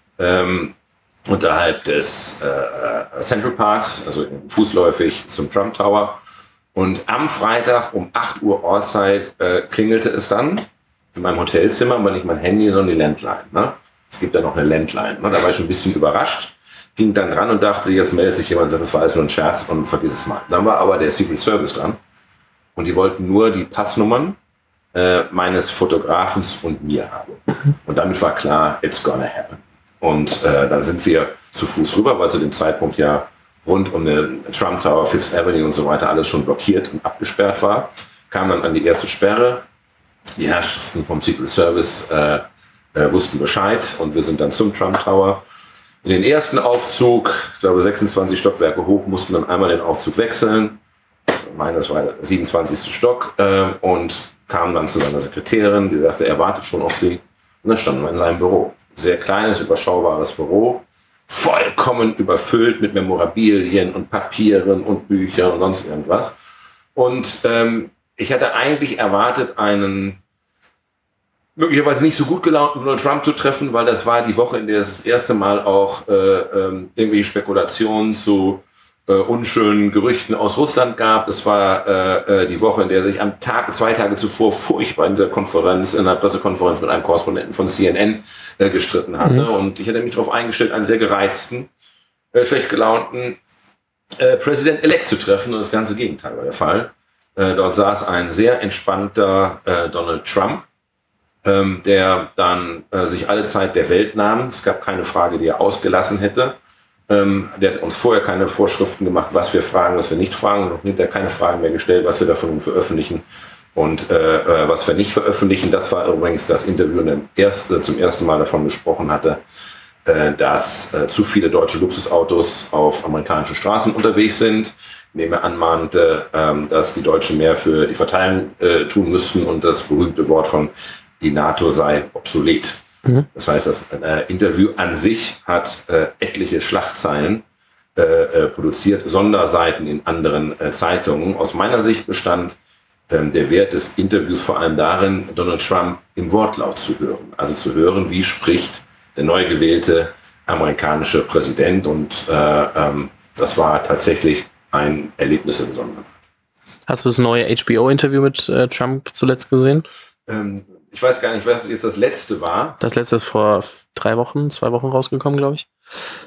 unterhalb des Central Parks, also fußläufig zum Trump Tower. Und am Freitag um 8 Uhr Ortszeit klingelte es dann in meinem Hotelzimmer, aber nicht mein Handy, sondern die Landline. Ne? Es gibt ja noch eine Landline. Ne? Da war ich schon ein bisschen überrascht. Ging dann dran und dachte, jetzt meldet sich jemand und sagt, das war alles nur ein Scherz und vergiss es mal. Dann war aber der Secret Service dran und die wollten nur die Passnummern meines Fotografens und mir haben. Und damit war klar, it's gonna happen. Und dann sind wir zu Fuß rüber, weil zu dem Zeitpunkt ja rund um den Trump Tower, Fifth Avenue und so weiter alles schon blockiert und abgesperrt war. Kam dann an die erste Sperre. Die Herrschaften vom Secret Service wussten Bescheid und wir sind dann zum Trump Tower. In den ersten Aufzug, ich glaube 26 Stockwerke hoch, mussten dann einmal den Aufzug wechseln. Ich meine, das war der 27. Stock und kamen dann zu seiner Sekretärin, die sagte, er wartet schon auf sie. Und dann standen wir in seinem Büro. Sehr kleines, überschaubares Büro, vollkommen überfüllt mit Memorabilien und Papieren und Büchern und sonst irgendwas. Und ich hatte eigentlich erwartet, einen möglicherweise nicht so gut gelaunten Donald Trump zu treffen, weil das war die Woche, in der es das erste Mal auch irgendwelche Spekulationen zu unschönen Gerüchten aus Russland gab. Das war die Woche, in der sich am Tag, 2 Tage zuvor furchtbar in der Konferenz, in einer Pressekonferenz mit einem Korrespondenten von CNN gestritten hatte. Und ich hatte mich darauf eingestellt, einen sehr gereizten, schlecht gelaunten President-elect zu treffen. Und das ganze Gegenteil war der Fall. Dort saß ein sehr entspannter Donald Trump, der dann sich alle Zeit der Welt nahm. Es gab keine Frage, die er ausgelassen hätte. Der hat uns vorher keine Vorschriften gemacht, was wir fragen, was wir nicht fragen. Und hinterher keine Fragen mehr gestellt, was wir davon veröffentlichen und was wir nicht veröffentlichen. Das war übrigens das Interview, in dem zum ersten Mal davon gesprochen hatte, dass zu viele deutsche Luxusautos auf amerikanischen Straßen unterwegs sind, indem er anmahnte, dass die Deutschen mehr für die Verteilung tun müssten und das berühmte Wort von die NATO sei obsolet. Das heißt, das Interview an sich hat etliche Schlagzeilen produziert, Sonderseiten in anderen Zeitungen. Aus meiner Sicht bestand der Wert des Interviews vor allem darin, Donald Trump im Wortlaut zu hören. Also zu hören, wie spricht der neu gewählte amerikanische Präsident. Und das war tatsächlich ein Erlebnis im Besonderen. Hast du das neue HBO-Interview mit Trump zuletzt gesehen? Ich weiß gar nicht, was jetzt das letzte war. Das letzte ist vor 2 Wochen rausgekommen, glaube ich.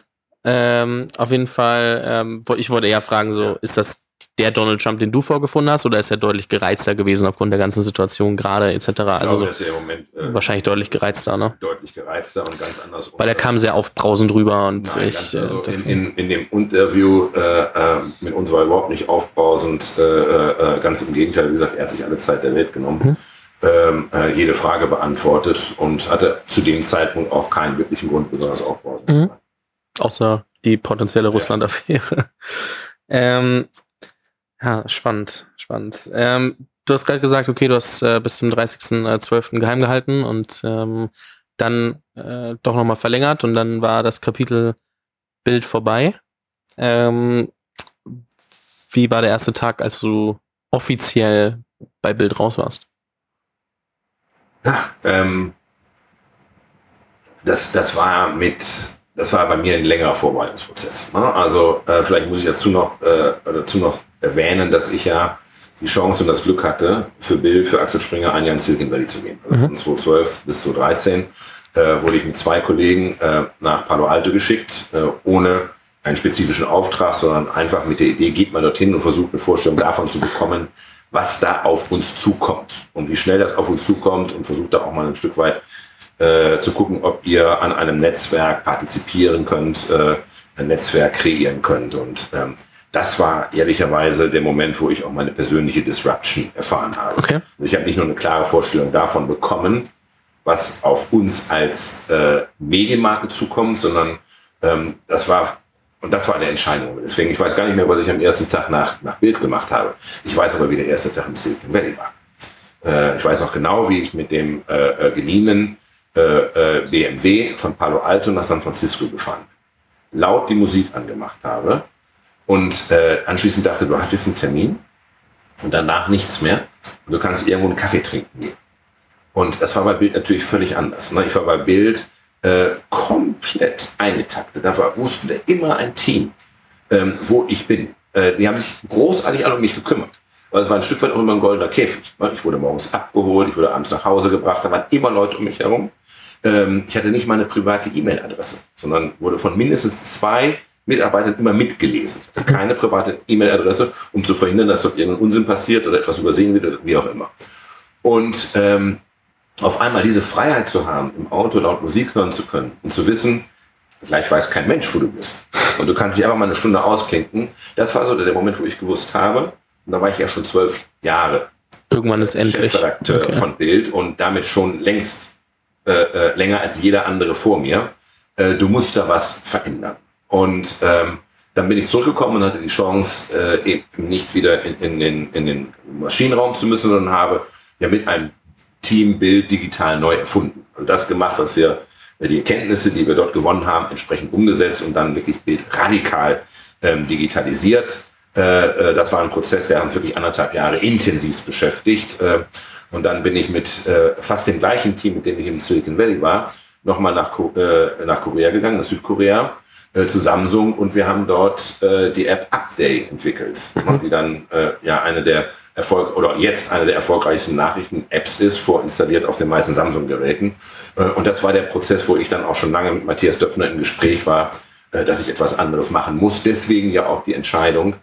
Auf jeden Fall, ich wollte eher fragen, so, ist das der Donald Trump, den du vorgefunden hast, oder ist er deutlich gereizter gewesen aufgrund der ganzen Situation gerade etc.? Also so, ist er im Moment wahrscheinlich deutlich gereizter, ne? Deutlich gereizter und ganz anders. Weil er kam sehr aufbrausend rüber und nein, in dem Interview mit uns war überhaupt nicht aufbrausend, ganz im Gegenteil, wie gesagt, er hat sich alle Zeit der Welt genommen. Jede Frage beantwortet und hatte zu dem Zeitpunkt auch keinen wirklichen Grund, besonders aufbrausend zu sein. Außer die potenzielle Russland-Affäre. Ja, spannend. Du hast gerade gesagt, okay, du hast bis zum 30.12. geheim gehalten und dann doch nochmal verlängert und dann war das Kapitel Bild vorbei. Wie war der erste Tag, als du offiziell bei Bild raus warst? Das war bei mir ein längerer Vorbereitungsprozess. Ne? Also vielleicht muss ich dazu noch erwähnen, dass ich ja die Chance und das Glück hatte, für Axel Springer ein Jahr in Silicon Valley zu gehen. Also von 2012 bis 2013 wurde ich mit 2 Kollegen nach Palo Alto geschickt, ohne einen spezifischen Auftrag, sondern einfach mit der Idee, geht mal dorthin und versucht eine Vorstellung davon zu bekommen, was da auf uns zukommt und wie schnell das auf uns zukommt und versucht da auch mal ein Stück weit zu gucken, ob ihr an einem Netzwerk partizipieren könnt, ein Netzwerk kreieren könnt. Und das war ehrlicherweise der Moment, wo ich auch meine persönliche Disruption erfahren habe. Okay. Ich habe nicht nur eine klare Vorstellung davon bekommen, was auf uns als Medienmarke zukommt, sondern das war eine Entscheidung. Deswegen, ich weiß gar nicht mehr, was ich am ersten Tag nach Bild gemacht habe. Ich weiß aber, wie der erste Tag im Silicon Valley war. Ich weiß auch genau, wie ich mit dem geliehenen BMW von Palo Alto nach San Francisco gefahren bin. Laut die Musik angemacht habe und anschließend dachte, du hast jetzt einen Termin und danach nichts mehr und du kannst irgendwo einen Kaffee trinken gehen. Und das war bei Bild natürlich völlig anders. Ne? Ich war bei Bild komplett eingetaktet. Da wusste immer ein Team, wo ich bin. Die haben sich großartig alle um mich gekümmert. Weil es war ein Stück weit auch immer ein goldener Käfig. Ich wurde morgens abgeholt, ich wurde abends nach Hause gebracht, da waren immer Leute um mich herum. Ich hatte nicht meine private E-Mail-Adresse, sondern wurde von mindestens 2 Mitarbeitern immer mitgelesen. Ich hatte keine private E-Mail-Adresse, um zu verhindern, dass dort irgendein Unsinn passiert oder etwas übersehen wird oder wie auch immer. Und auf einmal diese Freiheit zu haben, im Auto laut Musik hören zu können und zu wissen, gleich weiß kein Mensch, wo du bist. Und du kannst dich einfach mal eine Stunde ausklinken. Das war so der Moment, wo ich gewusst habe, und da war ich ja schon 12 Jahre irgendwann ist endlich Chefredakteur von Bild und damit schon längst länger als jeder andere vor mir. Du musst da was verändern. Und dann bin ich zurückgekommen und hatte die Chance, eben nicht wieder in den Maschinenraum zu müssen, sondern habe ja mit einem Team Bild digital neu erfunden. Und das gemacht, was wir, die Erkenntnisse, die wir dort gewonnen haben, entsprechend umgesetzt und dann wirklich Bild radikal digitalisiert. Das war ein Prozess, der uns wirklich 1,5 Jahre intensiv beschäftigt. Und dann bin ich mit fast dem gleichen Team, mit dem ich im Silicon Valley war, nochmal nach Korea gegangen, nach Südkorea, zu Samsung. Und wir haben dort die App Upday entwickelt, die dann eine der erfolgreichsten Nachrichten-Apps ist, vorinstalliert auf den meisten Samsung-Geräten. Und das war der Prozess, wo ich dann auch schon lange mit Matthias Döpfner im Gespräch war, dass ich etwas anderes machen muss. Deswegen ja auch die Entscheidung,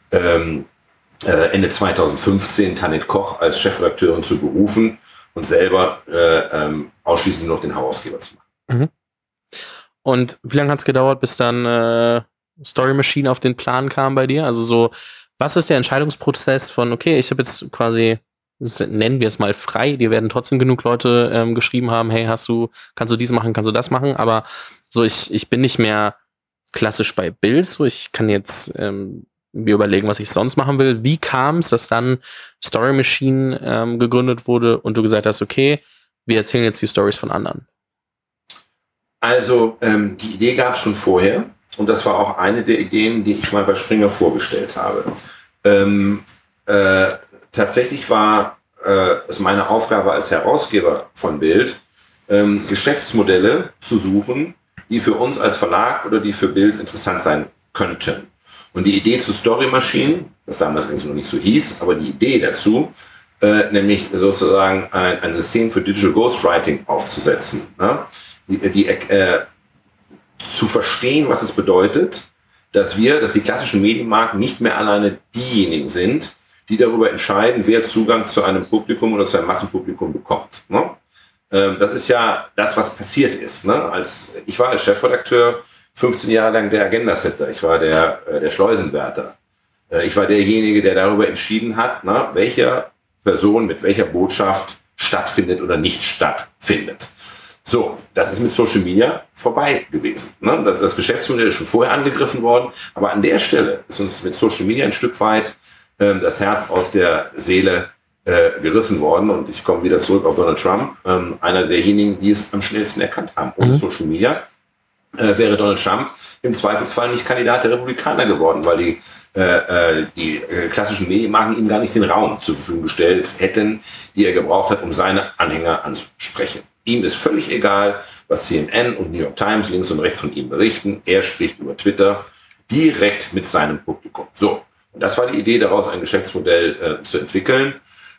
Ende 2015 Tanit Koch als Chefredakteurin zu berufen und selber ausschließlich nur noch den Herausgeber zu machen. Mhm. Und wie lange hat es gedauert, bis dann Story Machine auf den Plan kam bei dir? Also so, was ist der Entscheidungsprozess von, okay, ich habe jetzt quasi, nennen wir es mal frei, dir werden trotzdem genug Leute geschrieben haben, hey, kannst du dies machen, kannst du das machen, aber so, ich bin nicht mehr klassisch bei Bild, so ich kann jetzt mir überlegen, was ich sonst machen will. Wie kam es, dass dann Story Machine gegründet wurde und du gesagt hast, okay, wir erzählen jetzt die Stories von anderen? Also die Idee gab es schon vorher und das war auch eine der Ideen, die ich mal bei Springer vorgestellt habe. Tatsächlich war es meine Aufgabe als Herausgeber von Bild, Geschäftsmodelle zu suchen, die für uns als Verlag oder die für Bild interessant sein könnten. Und die Idee zu Story Machine, das damals eigentlich noch nicht so hieß, aber die Idee dazu, nämlich sozusagen ein System für Digital Ghostwriting aufzusetzen, ne? Zu verstehen, was es bedeutet, dass die klassischen Medienmarken nicht mehr alleine diejenigen sind, die darüber entscheiden, wer Zugang zu einem Publikum oder zu einem Massenpublikum bekommt. Ne? Das ist ja das, was passiert ist. Ne? Ich war als Chefredakteur 15 Jahre lang der Agenda-Setter. Ich war der Schleusenwärter. Ich war derjenige, der darüber entschieden hat, ne, welche Person mit welcher Botschaft stattfindet oder nicht stattfindet. So, das ist mit Social Media vorbei gewesen. Ne? Das Geschäftsmodell ist schon vorher angegriffen worden, aber an der Stelle ist uns mit Social Media ein Stück weit das Herz aus der Seele gerissen worden. Und ich komme wieder zurück auf Donald Trump, einer derjenigen, die es am schnellsten erkannt haben. Ohne Social Media wäre Donald Trump im Zweifelsfall nicht Kandidat der Republikaner geworden, weil die klassischen Medienmarken ihm gar nicht den Raum zur Verfügung gestellt hätten, die er gebraucht hat, um seine Anhänger anzusprechen. Ihm ist völlig egal, was CNN und New York Times links und rechts von ihm berichten. Er spricht über Twitter direkt mit seinem Publikum. So, und das war die Idee, daraus ein Geschäftsmodell zu entwickeln.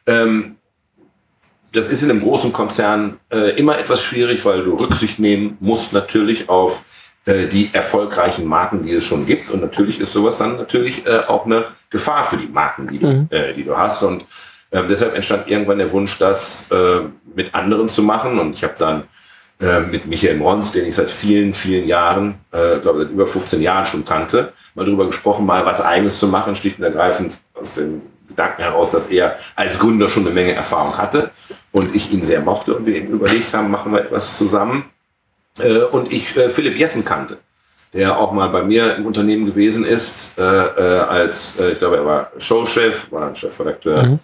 Das ist in einem großen Konzern immer etwas schwierig, weil du Rücksicht nehmen musst natürlich auf die erfolgreichen Marken, die es schon gibt. Und natürlich ist sowas dann natürlich auch eine Gefahr für die Marken, die du hast. Und deshalb entstand irgendwann der Wunsch, das mit anderen zu machen. Und ich habe dann mit Michael Mrons, den ich seit vielen, vielen Jahren, glaube seit über 15 Jahren schon kannte, mal darüber gesprochen, mal was Eigenes zu machen, schlicht und ergreifend aus dem Gedanken heraus, dass er als Gründer schon eine Menge Erfahrung hatte und ich ihn sehr mochte und wir eben überlegt haben, machen wir etwas zusammen. Und ich Philipp Jessen kannte, der auch mal bei mir im Unternehmen gewesen ist, ich glaube, er war Showchef, war ein Chefredakteur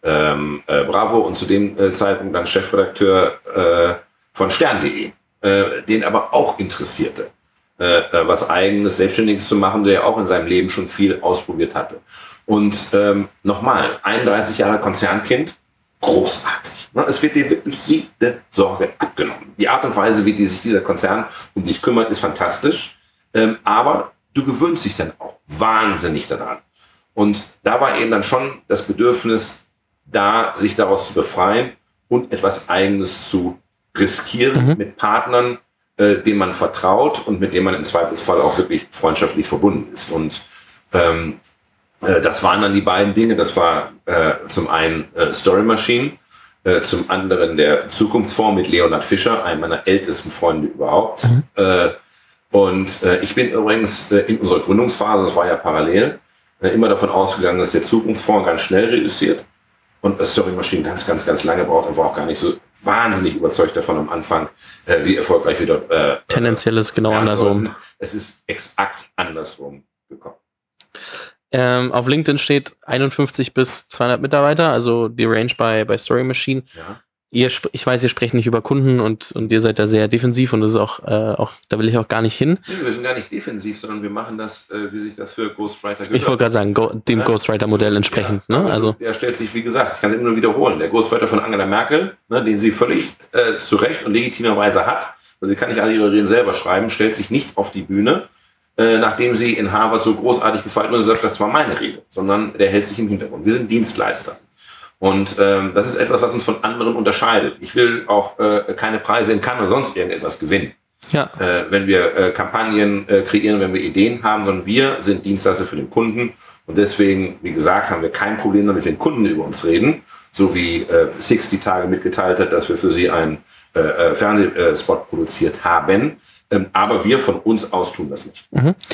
Bravo und zu dem Zeitpunkt dann Chefredakteur von Stern.de, den aber auch interessierte, was Eigenes, Selbstständiges zu machen, der auch in seinem Leben schon viel ausprobiert hatte. Und nochmal, 31 Jahre Konzernkind, großartig. Es wird dir wirklich jede Sorge abgenommen. Die Art und Weise, wie sich dieser Konzern um dich kümmert, ist fantastisch. Aber du gewöhnst dich dann auch wahnsinnig daran. Und da war eben dann schon das Bedürfnis da, sich daraus zu befreien und etwas Eigenes zu riskieren mit Partnern, denen man vertraut und mit denen man im Zweifelsfall auch wirklich freundschaftlich verbunden ist. Und das waren dann die beiden Dinge. Das war zum einen Story Machine, zum anderen der Zukunftsfonds mit Leonhard Fischer, einem meiner ältesten Freunde überhaupt. Und ich bin übrigens in unserer Gründungsphase, das war ja parallel, immer davon ausgegangen, dass der Zukunftsfonds ganz schnell reüssiert und Story Machine ganz, ganz, ganz lange braucht und war auch gar nicht so wahnsinnig überzeugt davon am Anfang, wie erfolgreich wir dort tendenziell ist genau andersrum. Es ist exakt andersrum gekommen. Auf LinkedIn steht 51 bis 200 Mitarbeiter, also die Range bei Story Machine. Ja. Ich weiß, ihr sprecht nicht über Kunden und ihr seid da sehr defensiv und das ist auch, da will ich auch gar nicht hin. Nee, wir sind gar nicht defensiv, sondern wir machen das, wie sich das für Ghostwriter gehört. Ich wollte gerade sagen, dem Ghostwriter-Modell entsprechend. Ja, ne? Also der stellt sich, wie gesagt, ich kann es immer nur wiederholen, der Ghostwriter von Angela Merkel, ne, den sie völlig zu Recht und legitimerweise hat, weil sie kann nicht alle ihre Reden selber schreiben, stellt sich nicht auf die Bühne, nachdem sie in Harvard so großartig gefallen und sagt, das war meine Rede, sondern der hält sich im Hintergrund. Wir sind Dienstleister. Und das ist etwas, was uns von anderen unterscheidet. Ich will auch keine Preise in Cannes oder sonst irgendetwas gewinnen. Ja. Wenn wir Kampagnen kreieren, wenn wir Ideen haben, sondern wir sind Dienstleister für den Kunden. Und deswegen, wie gesagt, haben wir kein Problem damit, wenn Kunden über uns reden. So wie 60 Tage mitgeteilt hat, dass wir für sie einen Fernsehspot produziert haben. Aber wir von uns aus tun das nicht.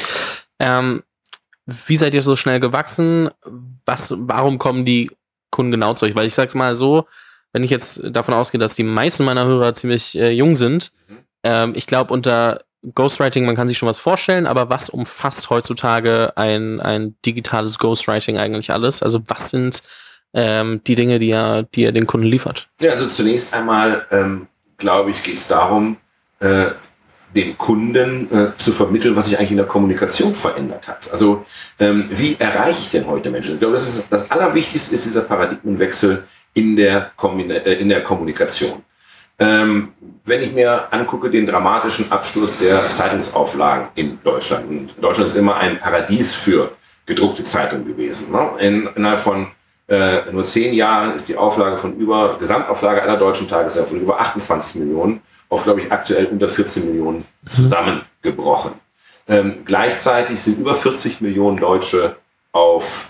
Wie seid ihr so schnell gewachsen? Warum kommen die Kunden genau zu euch? Weil ich sag's mal so, wenn ich jetzt davon ausgehe, dass die meisten meiner Hörer ziemlich jung sind, ich glaube, unter Ghostwriting, man kann sich schon was vorstellen, aber was umfasst heutzutage ein digitales Ghostwriting eigentlich alles? Also was sind die Dinge, die ihr den Kunden liefert? Ja, also zunächst einmal, glaube ich, geht es darum, dem Kunden zu vermitteln, was sich eigentlich in der Kommunikation verändert hat. Also wie erreiche ich denn heute Menschen? Ich glaube, das Allerwichtigste ist dieser Paradigmenwechsel in der Kommunikation. Wenn ich mir angucke den dramatischen Absturz der Zeitungsauflagen in Deutschland. Und Deutschland ist immer ein Paradies für gedruckte Zeitungen gewesen. Ne? Innerhalb von nur 10 Jahren ist die Gesamtauflage aller deutschen Tageszeitungen von über 28 Millionen auf, glaube ich, aktuell unter 14 Millionen zusammengebrochen. Gleichzeitig sind über 40 Millionen Deutsche auf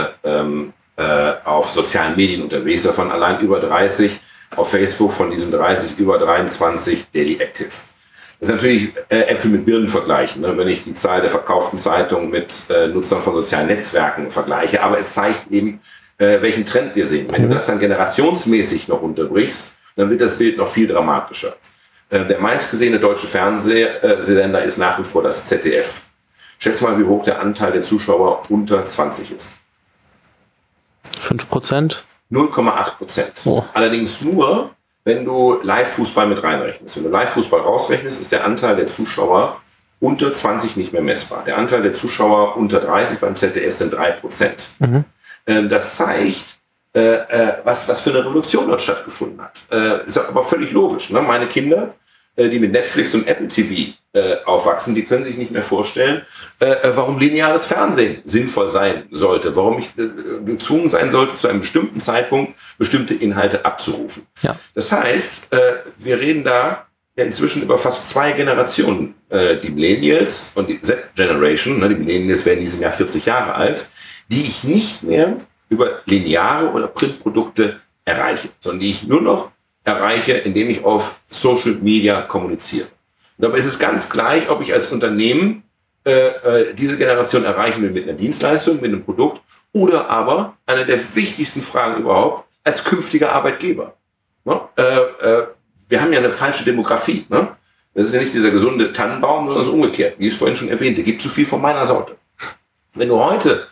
sozialen Medien unterwegs, davon allein über 30 auf Facebook, von diesen 30 über 23 Daily Active. Das ist natürlich Äpfel mit Birnen vergleichen, ne? Wenn ich die Zahl der verkauften Zeitungen mit Nutzern von sozialen Netzwerken vergleiche. Aber es zeigt eben, welchen Trend wir sehen. Wenn du das dann generationsmäßig noch unterbrichst, dann wird das Bild noch viel dramatischer. Der meistgesehene deutsche Fernsehsender ist nach wie vor das ZDF. Schätz mal, wie hoch der Anteil der Zuschauer unter 20 ist. 5%? 0,8%. Oh. Allerdings nur, wenn du Live-Fußball mit reinrechnest. Wenn du Live-Fußball rausrechnest, ist der Anteil der Zuschauer unter 20 nicht mehr messbar. Der Anteil der Zuschauer unter 30 beim ZDF sind 3%. Mhm. Das zeigt, was für eine Revolution dort stattgefunden hat. Ist aber völlig logisch. Ne? Meine Kinder, die mit Netflix und Apple TV aufwachsen, die können sich nicht mehr vorstellen, warum lineares Fernsehen sinnvoll sein sollte, warum ich gezwungen sein sollte, zu einem bestimmten Zeitpunkt bestimmte Inhalte abzurufen. Ja. Das heißt, wir reden da ja inzwischen über fast 2 Generationen. Die Millennials und die Z-Generation, ne, die Millennials werden in diesem Jahr 40 Jahre alt, die ich nicht mehr über lineare oder Printprodukte erreiche, sondern die ich nur noch erreiche, indem ich auf Social Media kommuniziere. Und dabei ist es ganz gleich, ob ich als Unternehmen diese Generation erreichen will mit einer Dienstleistung, mit einem Produkt oder aber eine der wichtigsten Fragen überhaupt als künftiger Arbeitgeber. Ne? Wir haben ja eine falsche Demografie. Ne? Das ist ja nicht dieser gesunde Tannenbaum, sondern so umgekehrt, wie ich es vorhin schon erwähnte. Gibt zu viel von meiner Sorte. Wenn du heute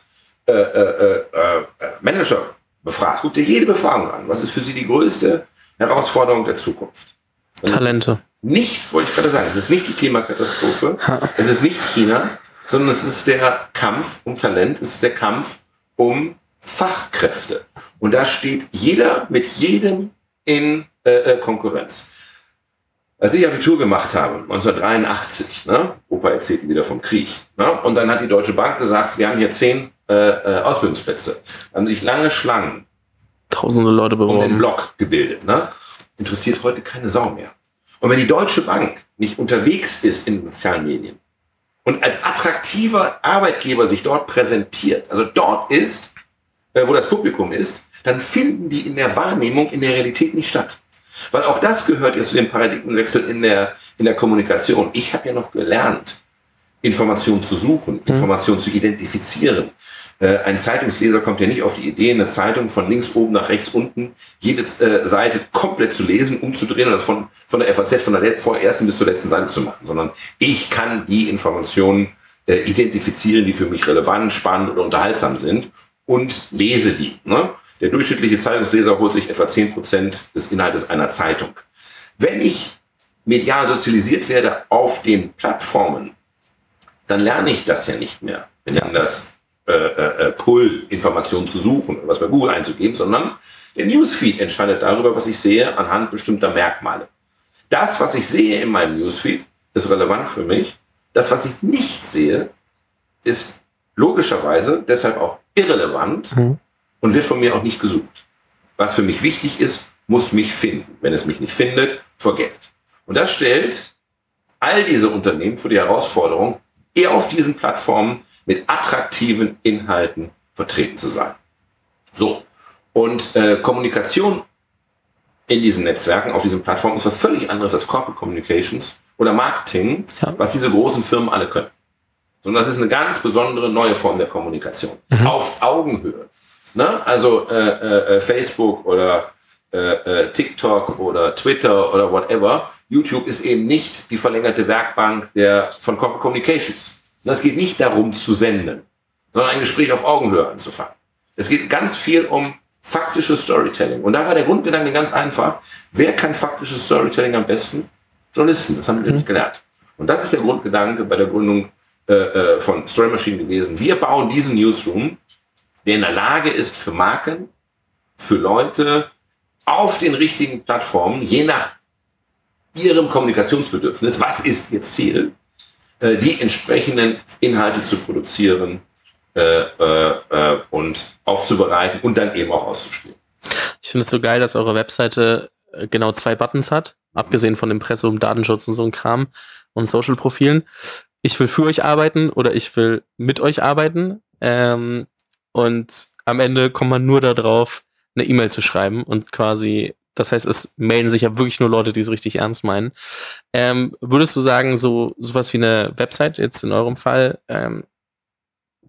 Manager befragst, guck dir jede Befragung an. Was ist für sie die größte Herausforderung der Zukunft? Und Talente. Nicht, wollte ich gerade sagen, es ist nicht die Klimakatastrophe, es ist nicht China, sondern es ist der Kampf um Talent, es ist der Kampf um Fachkräfte. Und da steht jeder mit jedem in Konkurrenz. Als ich Abitur gemacht habe, 1983, ne, Opa erzählt wieder vom Krieg, ne, und dann hat die Deutsche Bank gesagt, wir haben hier 10 Ausbildungsplätze. Da haben sich lange Schlangen Tausende Leute um den beworben. Block gebildet. Ne? Interessiert heute keine Sau mehr. Und wenn die Deutsche Bank nicht unterwegs ist in den sozialen Medien und als attraktiver Arbeitgeber sich dort präsentiert, also dort ist, wo das Publikum ist, dann finden die in der Wahrnehmung, in der Realität nicht statt. Weil auch das gehört jetzt zu dem Paradigmenwechsel in der Kommunikation. Ich habe ja noch gelernt, Informationen zu suchen, Informationen zu identifizieren. Ein Zeitungsleser kommt ja nicht auf die Idee, eine Zeitung von links oben nach rechts unten, jede Seite komplett zu lesen, umzudrehen und das von der FAZ, von der vorersten bis zur letzten Seite zu machen, sondern ich kann die Informationen identifizieren, die für mich relevant, spannend oder unterhaltsam sind und lese die. Ne? Der durchschnittliche Zeitungsleser holt sich etwa 10% des Inhaltes einer Zeitung. Wenn ich medial sozialisiert werde auf den Plattformen, dann lerne ich das ja nicht mehr. Wir nennen das Pull-Informationen zu suchen, was bei Google einzugeben, sondern der Newsfeed entscheidet darüber, was ich sehe, anhand bestimmter Merkmale. Das, was ich sehe in meinem Newsfeed, ist relevant für mich. Das, was ich nicht sehe, ist logischerweise deshalb auch irrelevant und wird von mir auch nicht gesucht. Was für mich wichtig ist, muss mich finden. Wenn es mich nicht findet, forget. Und das stellt all diese Unternehmen vor die Herausforderung, eher auf diesen Plattformen mit attraktiven Inhalten vertreten zu sein. So, und Kommunikation in diesen Netzwerken, auf diesen Plattformen ist was völlig anderes als Corporate Communications oder Marketing, was diese großen Firmen alle können. Sondern das ist eine ganz besondere neue Form der Kommunikation. Auf Augenhöhe. Ne? Also Facebook oder TikTok oder Twitter oder whatever. YouTube ist eben nicht die verlängerte Werkbank von Corporate Communications. Es geht nicht darum zu senden, sondern ein Gespräch auf Augenhöhe anzufangen. Es geht ganz viel um faktisches Storytelling. Und da war der Grundgedanke ganz einfach. Wer kann faktisches Storytelling am besten? Journalisten, das haben wir nicht gelernt. Und das ist der Grundgedanke bei der Gründung von Story Machine gewesen. Wir bauen diesen Newsroom, der in der Lage ist, für Marken, für Leute auf den richtigen Plattformen, je nach ihrem Kommunikationsbedürfnis, was ist ihr Ziel, die entsprechenden Inhalte zu produzieren und aufzubereiten und dann eben auch auszuspielen. Ich finde es so geil, dass eure Webseite genau 2 Buttons hat, abgesehen von dem Presse- und Datenschutz und so ein Kram und Social-Profilen. Ich will für euch arbeiten oder ich will mit euch arbeiten. Und am Ende kommt man nur darauf, eine E-Mail zu schreiben und quasi, das heißt, es melden sich ja wirklich nur Leute, die es richtig ernst meinen. Würdest du sagen, sowas wie eine Website jetzt in eurem Fall,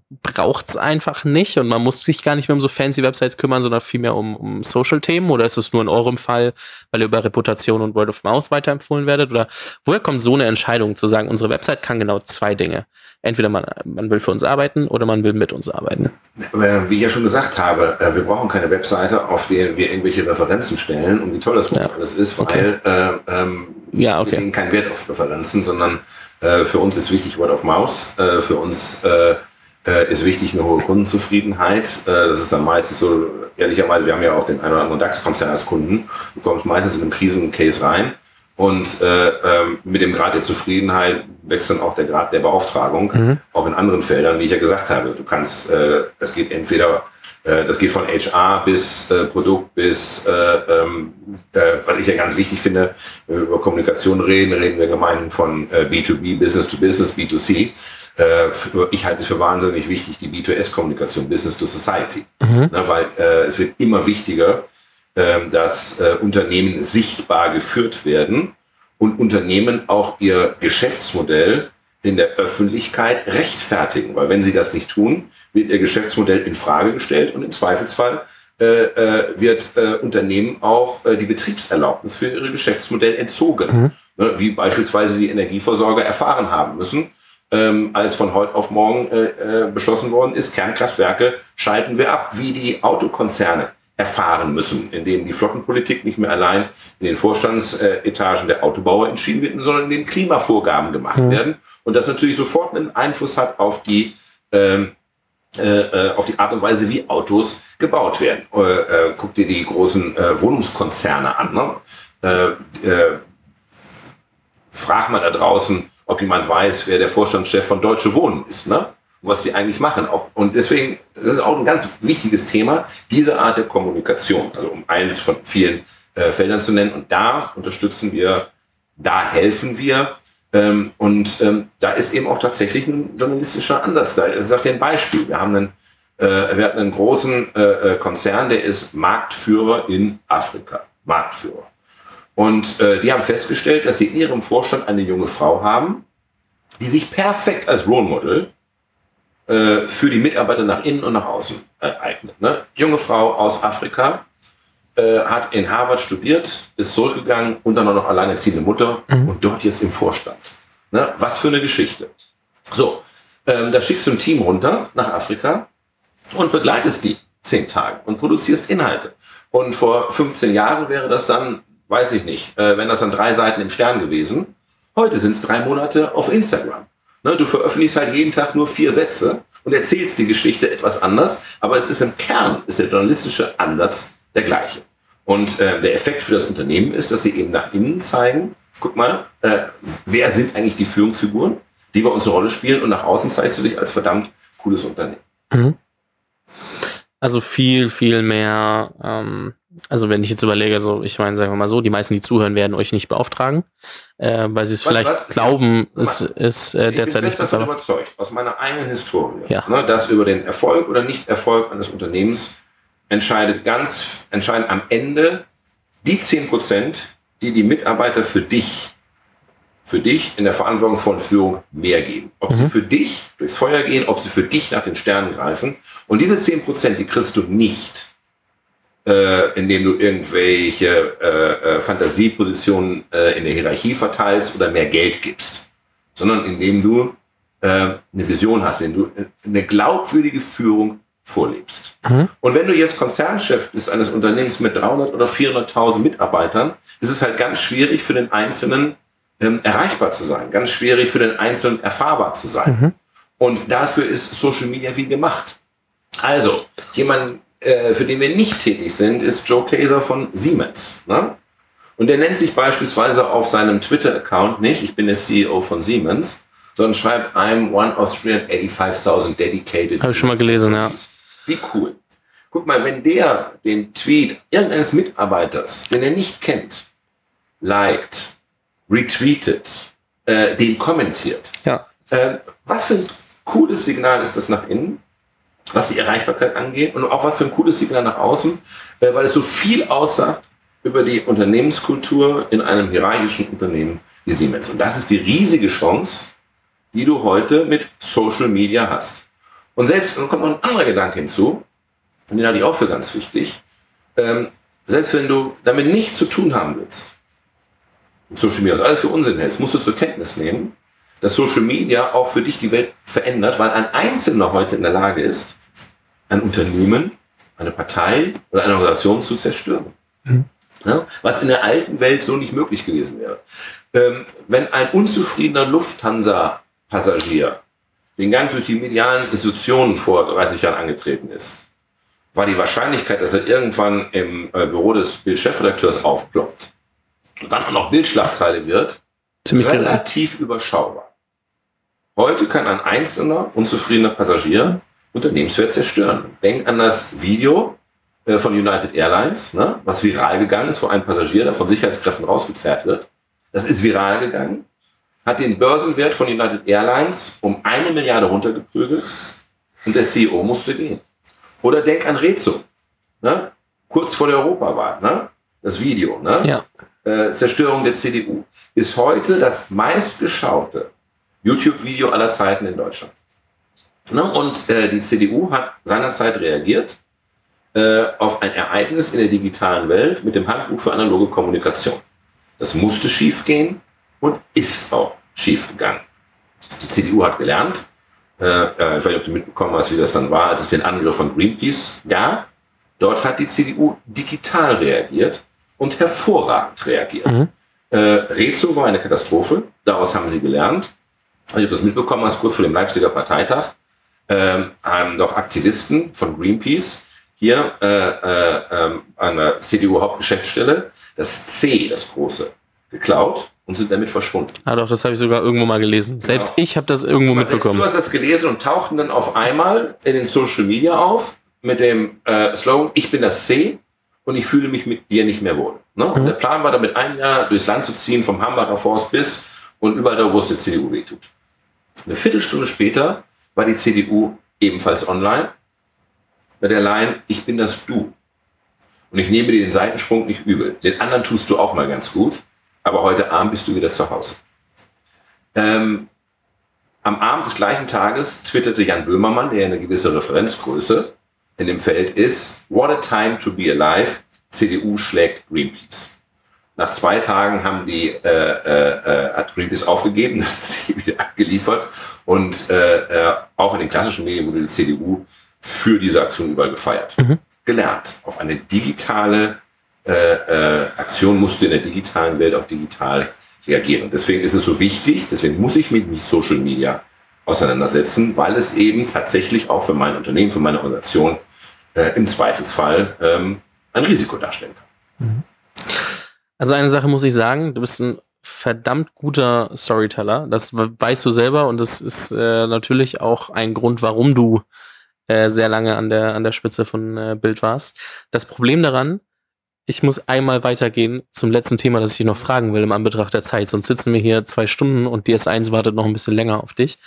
braucht es einfach nicht und man muss sich gar nicht mehr um so fancy Websites kümmern, sondern vielmehr um Social-Themen? Oder ist es nur in eurem Fall, weil ihr über Reputation und Word of Mouth weiterempfohlen werdet? Oder woher kommt so eine Entscheidung zu sagen, unsere Website kann genau 2 Dinge? Entweder man will für uns arbeiten oder man will mit uns arbeiten. Wie ich ja schon gesagt habe, wir brauchen keine Webseite, auf der wir irgendwelche Referenzen stellen und wie toll das alles ist, weil wir legen keinen Wert auf Referenzen, sondern für uns ist wichtig Word of Mouth, für uns ist wichtig eine hohe Kundenzufriedenheit. Das ist dann meistens so, ehrlicherweise, wir haben ja auch den einen oder anderen DAX-Konzern als Kunden, du kommst meistens in einen Krisen-Case rein und mit dem Grad der Zufriedenheit wächst dann auch der Grad der Beauftragung, auch in anderen Feldern, wie ich ja gesagt habe. Du kannst, es geht entweder, das geht von HR bis Produkt bis, was ich ja ganz wichtig finde, wenn wir über Kommunikation reden wir gemeinhin von B2B, Business to Business, B2C. Ich halte es für wahnsinnig wichtig, die B2S-Kommunikation, Business to Society. Weil es wird immer wichtiger, dass Unternehmen sichtbar geführt werden und Unternehmen auch ihr Geschäftsmodell in der Öffentlichkeit rechtfertigen. Weil wenn sie das nicht tun, wird ihr Geschäftsmodell in Frage gestellt und im Zweifelsfall wird Unternehmen auch die Betriebserlaubnis für ihre Geschäftsmodell entzogen. Wie beispielsweise die Energieversorger erfahren haben müssen, als von heute auf morgen beschlossen worden ist, Kernkraftwerke schalten wir ab, wie die Autokonzerne erfahren müssen, in denen die Flottenpolitik nicht mehr allein in den Vorstandsetagen der Autobauer entschieden wird, sondern in denen Klimavorgaben gemacht werden und das natürlich sofort einen Einfluss hat auf die Art und Weise, wie Autos gebaut werden. Guck dir die großen Wohnungskonzerne an. Ne? Frag mal da draußen, ob jemand weiß, wer der Vorstandschef von Deutsche Wohnen ist, ne? Was die eigentlich machen. Und deswegen, das ist auch ein ganz wichtiges Thema, diese Art der Kommunikation, also um eins von vielen Feldern zu nennen. Und da unterstützen wir, da helfen wir. Da ist eben auch tatsächlich ein journalistischer Ansatz da. Ich sage dir ein Beispiel. Wir hatten einen großen Konzern, der ist Marktführer in Afrika. Marktführer. Und die haben festgestellt, dass sie in ihrem Vorstand eine junge Frau haben, die sich perfekt als Role Model für die Mitarbeiter nach innen und nach außen eignet. Ne? Junge Frau aus Afrika, hat in Harvard studiert, ist zurückgegangen und dann auch noch alleinerziehende Mutter und dort jetzt im Vorstand. Ne? Was für eine Geschichte. So, da schickst du ein Team runter nach Afrika und begleitest die 10 Tage und produzierst Inhalte. Und vor 15 Jahren wäre das dann, weiß ich nicht, wenn das dann 3 Seiten im Stern gewesen. Heute sind es 3 Monate auf Instagram. Ne, du veröffentlichst halt jeden Tag nur 4 Sätze und erzählst die Geschichte etwas anders, aber es ist im Kern, ist der journalistische Ansatz der gleiche. Und der Effekt für das Unternehmen ist, dass sie eben nach innen zeigen, guck mal, wer sind eigentlich die Führungsfiguren, die bei uns eine Rolle spielen, und nach außen zeigst du dich als verdammt cooles Unternehmen. Also viel, viel mehr, also wenn ich jetzt überlege, also ich meine, sagen wir mal so, die meisten, die zuhören, werden euch nicht beauftragen, weil sie es vielleicht glauben, ist derzeit nicht. Ich bin davon überzeugt, aus meiner eigenen Historie, ne, dass über den Erfolg oder Nicht-Erfolg eines Unternehmens entscheiden am Ende die 10%, die Mitarbeiter für dich in der verantwortungsvollen Führung mehr geben. Ob sie für dich durchs Feuer gehen, ob sie für dich nach den Sternen greifen. Und diese 10%, die kriegst du nicht, indem du irgendwelche Fantasiepositionen in der Hierarchie verteilst oder mehr Geld gibst, sondern indem du eine Vision hast, indem du eine glaubwürdige Führung vorlebst. Und wenn du jetzt Konzernchef bist eines Unternehmens mit 300 oder 400.000 Mitarbeitern, ist es halt ganz schwierig für den Einzelnen erreichbar zu sein, ganz schwierig für den Einzelnen erfahrbar zu sein. Und dafür ist Social Media wie gemacht. Also, jemand, für den wir nicht tätig sind, ist Joe Kaeser von Siemens. Ne? Und der nennt sich beispielsweise auf seinem Twitter-Account nicht, ich bin der CEO von Siemens, sondern schreibt, I'm one of 385.000 dedicated. Habe ich schon mal gelesen, ja. Wie cool. Guck mal, wenn der den Tweet irgendeines Mitarbeiters, den er nicht kennt, liked, retweetet, den kommentiert. Ja. Was für ein cooles Signal ist das nach innen, was die Erreichbarkeit angeht, und auch was für ein cooles Signal nach außen, weil es so viel aussagt über die Unternehmenskultur in einem hierarchischen Unternehmen wie Siemens. Und das ist die riesige Chance, die du heute mit Social Media hast. Und kommt noch ein anderer Gedanke hinzu, und den halte ich auch für ganz wichtig, selbst wenn du damit nichts zu tun haben willst, Social Media, das alles für Unsinn hältst, musst du zur Kenntnis nehmen, dass Social Media auch für dich die Welt verändert, weil ein Einzelner heute in der Lage ist, ein Unternehmen, eine Partei oder eine Organisation zu zerstören. Ja, was in der alten Welt so nicht möglich gewesen wäre. Wenn ein unzufriedener Lufthansa-Passagier den Gang durch die medialen Institutionen vor 30 Jahren angetreten ist, war die Wahrscheinlichkeit, dass er irgendwann im Büro des Bild-Chefredakteurs aufploppt und dann auch noch Bildschlagzeile wird, relativ überschaubar. Heute kann ein einzelner, unzufriedener Passagier Unternehmenswert zerstören. Denk an das Video von United Airlines, ne, was viral gegangen ist, wo ein Passagier, der von Sicherheitskräften rausgezerrt wird. Das ist viral gegangen, hat den Börsenwert von United Airlines um 1 Milliarde runtergeprügelt und der CEO musste gehen. Oder denk an Rezo, ne, kurz vor der Europawahl, ne, das Video, ne, ja. Zerstörung der CDU. Bis heute das meistgeschaute YouTube-Video aller Zeiten in Deutschland. Ne, und die CDU hat seinerzeit reagiert auf ein Ereignis in der digitalen Welt mit dem Handbuch für analoge Kommunikation. Das musste schief gehen und ist auch schief gegangen. Die CDU hat gelernt, ich weiß nicht, ob du mitbekommen hast, wie das dann war, als es den Angriff von Greenpeace gab. Dort hat die CDU digital reagiert und hervorragend reagiert. Rezo war eine Katastrophe, daraus haben sie gelernt. Ich habe das mitbekommen, hast kurz vor dem Leipziger Parteitag haben doch Aktivisten von Greenpeace hier an der CDU-Hauptgeschäftsstelle das C, das große, geklaut und sind damit verschwunden. Ah doch, das habe ich sogar irgendwo mal gelesen. Selbst ich habe das irgendwo mitbekommen. Du hast das gelesen und tauchten dann auf einmal in den Social Media auf mit dem Slogan, ich bin das C und ich fühle mich mit dir nicht mehr wohl. Ne? Und der Plan war damit, 1 Jahr durchs Land zu ziehen, vom Hambacher Forst bis und überall da, wo es der CDU wehtut. Eine Viertelstunde später war die CDU ebenfalls online mit der Line, ich bin das Du. Und ich nehme dir den Seitensprung nicht übel. Den anderen tust du auch mal ganz gut, aber heute Abend bist du wieder zu Hause. Am Abend des gleichen Tages twitterte Jan Böhmermann, der eine gewisse Referenzgröße in dem Feld ist, what a time to be alive, CDU schlägt Greenpeace. Nach 2 Tagen haben hat Greenpeace aufgegeben, das ist sie wieder abgeliefert und auch in den klassischen Medien wurde die CDU für diese Aktion überall gefeiert. Gelernt. Auf eine digitale Aktion musst du in der digitalen Welt auch digital reagieren. Und deswegen ist es so wichtig, deswegen muss ich mich mit Social Media auseinandersetzen, weil es eben tatsächlich auch für mein Unternehmen, für meine Organisation im Zweifelsfall ein Risiko darstellen kann. Also eine Sache muss ich sagen, du bist ein verdammt guter Storyteller. Das weißt du selber und das ist natürlich auch ein Grund, warum du sehr lange an der Spitze von Bild warst. Das Problem daran, ich muss einmal weitergehen zum letzten Thema, das ich dich noch fragen will im Anbetracht der Zeit. Sonst sitzen wir hier 2 Stunden und die S1 wartet noch ein bisschen länger auf dich.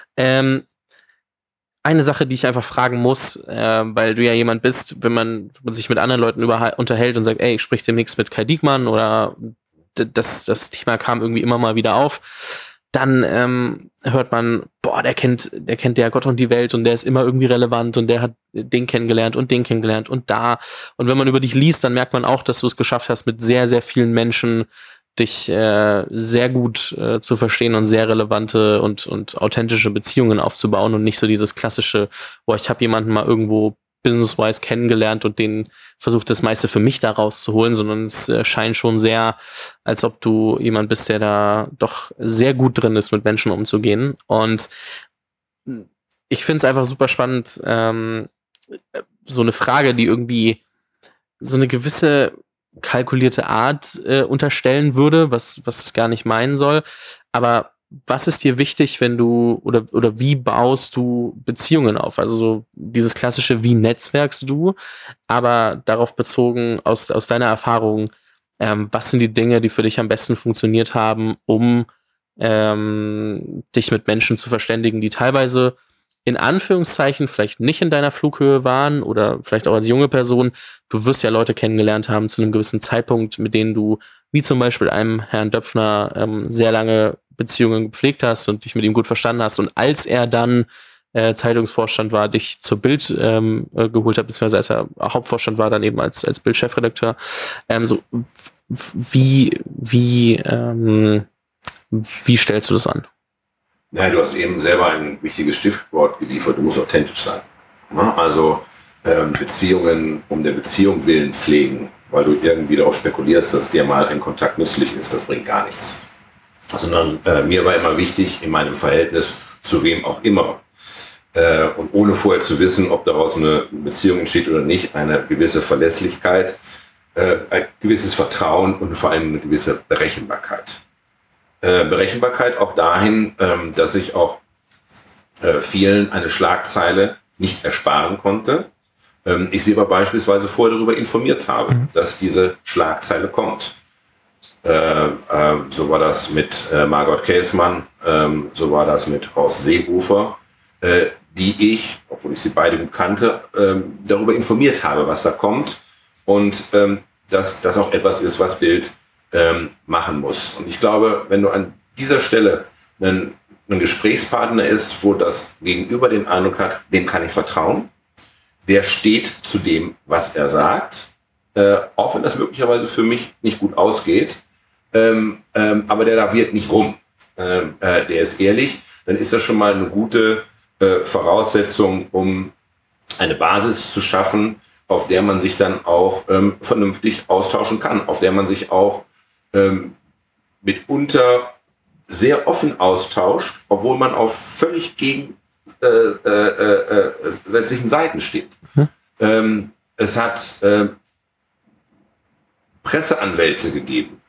Eine Sache, die ich einfach fragen muss, weil du ja jemand bist, wenn man sich mit anderen Leuten unterhält und sagt, ey, ich sprich demnächst mit Kai Diekmann oder das Thema kam irgendwie immer mal wieder auf, dann hört man, boah, der kennt der Gott und die Welt und der ist immer irgendwie relevant und der hat den kennengelernt und den kennengelernt und da. Und wenn man über dich liest, dann merkt man auch, dass du es geschafft hast, mit sehr, sehr vielen Menschen dich sehr gut zu verstehen und sehr relevante und authentische Beziehungen aufzubauen und nicht so dieses klassische, boah, ich habe jemanden mal irgendwo business-wise kennengelernt und den versucht das meiste für mich da rauszuholen, sondern es scheint schon sehr, als ob du jemand bist, der da doch sehr gut drin ist, mit Menschen umzugehen. Und ich finde es einfach super spannend, so eine Frage, die irgendwie so eine gewisse kalkulierte Art unterstellen würde, was es gar nicht meinen soll. Aber was ist dir wichtig, wenn du oder wie baust du Beziehungen auf? Also so dieses klassische, wie netzwerkst du, aber darauf bezogen aus deiner Erfahrung, was sind die Dinge, die für dich am besten funktioniert haben, um dich mit Menschen zu verständigen, die teilweise in Anführungszeichen vielleicht nicht in deiner Flughöhe waren oder vielleicht auch als junge Person. Du wirst ja Leute kennengelernt haben zu einem gewissen Zeitpunkt, mit denen du, wie zum Beispiel einem Herrn Döpfner, sehr lange Beziehungen gepflegt hast und dich mit ihm gut verstanden hast. Und als er dann Zeitungsvorstand war, dich zur Bild geholt hat, beziehungsweise als er Hauptvorstand war, dann eben als Bild-Chefredakteur. Wie stellst du das an? Ja, du hast eben selber ein wichtiges Stichwort geliefert. Du musst authentisch sein. Also Beziehungen um der Beziehung willen pflegen, weil du irgendwie darauf spekulierst, dass dir mal ein Kontakt nützlich ist. Das bringt gar nichts. Sondern mir war immer wichtig, in meinem Verhältnis zu wem auch immer, und ohne vorher zu wissen, ob daraus eine Beziehung entsteht oder nicht, eine gewisse Verlässlichkeit, ein gewisses Vertrauen und vor allem eine gewisse Berechenbarkeit. Berechenbarkeit auch dahin, dass ich auch vielen eine Schlagzeile nicht ersparen konnte. Ich sie aber beispielsweise vorher darüber informiert habe, dass diese Schlagzeile kommt. So war das mit Margot Käßmann, so war das mit Horst Seehofer, die ich, obwohl ich sie beide gut kannte, darüber informiert habe, was da kommt und dass das auch etwas ist, was Bild machen muss. Und ich glaube, wenn du an dieser Stelle ein Gesprächspartner ist, wo das Gegenüber den Eindruck hat, dem kann ich vertrauen, der steht zu dem, was er sagt, auch wenn das möglicherweise für mich nicht gut ausgeht, aber der laviert nicht rum, der ist ehrlich, dann ist das schon mal eine gute Voraussetzung, um eine Basis zu schaffen, auf der man sich dann auch vernünftig austauschen kann, auf der man sich auch mitunter sehr offen austauscht, obwohl man auf völlig gegensätzlichen Seiten steht. Es hat Presseanwälte gegeben,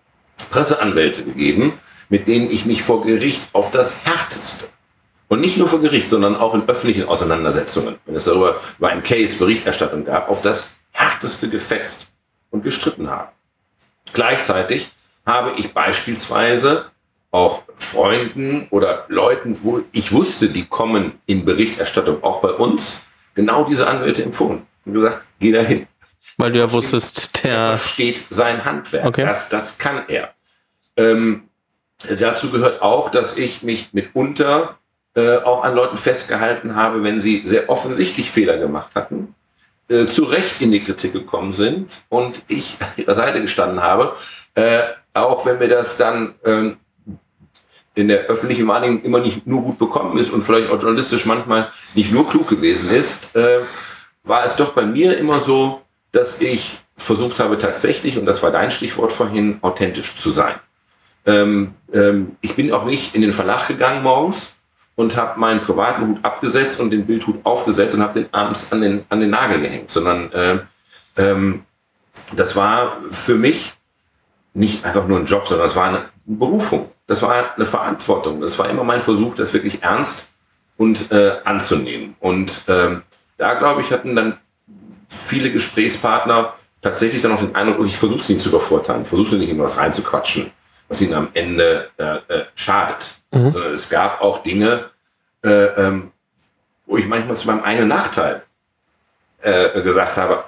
mit denen ich mich vor Gericht auf das Härteste, und nicht nur vor Gericht, sondern auch in öffentlichen Auseinandersetzungen, wenn es darüber über einen Case Berichterstattung gab, auf das Härteste gefetzt und gestritten habe. Gleichzeitig habe ich beispielsweise auch Freunden oder Leuten, wo ich wusste, die kommen in Berichterstattung auch bei uns, genau diese Anwälte empfohlen und gesagt, geh da hin. Weil du ja wusstest, der versteht sein Handwerk. Okay. Das kann er. Dazu gehört auch, dass ich mich mitunter auch an Leuten festgehalten habe, wenn sie sehr offensichtlich Fehler gemacht hatten, zu Recht in die Kritik gekommen sind und ich an ihrer Seite gestanden habe, auch wenn mir das dann in der öffentlichen Wahrnehmung immer nicht nur gut bekommen ist und vielleicht auch journalistisch manchmal nicht nur klug gewesen ist, war es doch bei mir immer so, dass ich versucht habe tatsächlich, und das war dein Stichwort vorhin, authentisch zu sein. Ich bin auch nicht in den Verlag gegangen morgens und habe meinen privaten Hut abgesetzt und den Bildhut aufgesetzt und habe den abends an den Nagel gehängt, sondern das war für mich nicht einfach nur ein Job, sondern das war eine Berufung, das war eine Verantwortung, das war immer mein Versuch, das wirklich ernst und anzunehmen. Und da, glaube ich, hatten dann viele Gesprächspartner tatsächlich dann auch den Eindruck, ich versuche es nicht zu übervorteilen, ich versuche nicht irgendwas reinzuquatschen, was ihnen am Ende schadet. Sondern es gab auch Dinge, wo ich manchmal zu meinem eigenen Nachteil gesagt habe,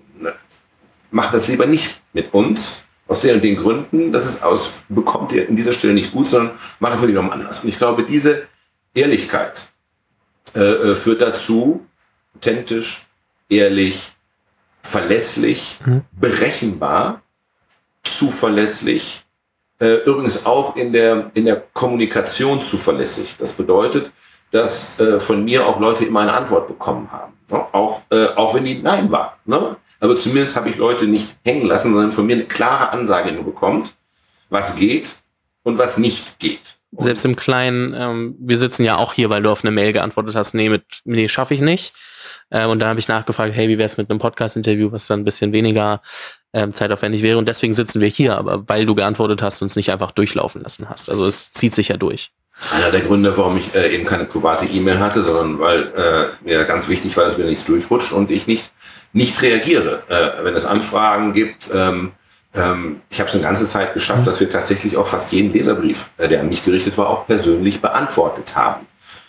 mach das lieber nicht mit uns, aus den und den Gründen, bekommt ihr an dieser Stelle nicht gut, sondern mach das mal lieber anders. Und ich glaube, diese Ehrlichkeit führt dazu, authentisch, ehrlich, verlässlich, berechenbar, zuverlässig, übrigens auch in der Kommunikation zuverlässig. Das bedeutet, dass von mir auch Leute immer eine Antwort bekommen haben. Ne? Auch wenn die Nein war. Ne? Aber zumindest habe ich Leute nicht hängen lassen, sondern von mir eine klare Ansage nur bekommt, was geht und was nicht geht. Und selbst im Kleinen, wir sitzen ja auch hier, weil du auf eine Mail geantwortet hast, nee, schaffe ich nicht. Und da habe ich nachgefragt, hey, wie wäre es mit einem Podcast-Interview, was dann ein bisschen weniger zeitaufwendig wäre. Und deswegen sitzen wir hier, aber weil du geantwortet hast und es nicht einfach durchlaufen lassen hast. Also es zieht sich ja durch. Einer der Gründe, warum ich eben keine private E-Mail hatte, sondern weil mir ganz wichtig war, dass mir nichts durchrutscht und ich nicht reagiere. Wenn es Anfragen gibt, ich habe es eine ganze Zeit geschafft, dass wir tatsächlich auch fast jeden Leserbrief, der an mich gerichtet war, auch persönlich beantwortet haben.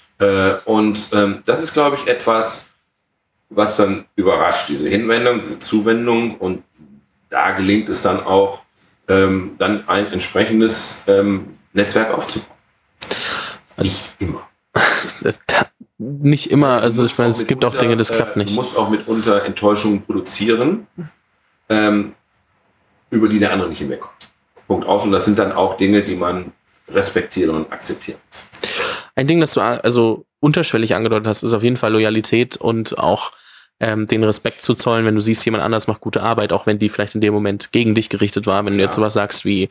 Das ist, glaube ich, etwas, was dann überrascht, diese Hinwendung, diese Zuwendung, und da gelingt es dann auch, dann ein entsprechendes Netzwerk aufzubauen. Nicht immer. nicht immer, also ich meine, es gibt auch Dinge, das klappt nicht. Du musst auch mitunter Enttäuschungen produzieren, über die der andere nicht hinwegkommt. Punkt aus. Und das sind dann auch Dinge, die man respektieren und akzeptieren muss. Ein Ding, das du also unterschwellig angedeutet hast, ist auf jeden Fall Loyalität und auch den Respekt zu zollen, wenn du siehst, jemand anders macht gute Arbeit, auch wenn die vielleicht in dem Moment gegen dich gerichtet war. Wenn du jetzt sowas sagst wie,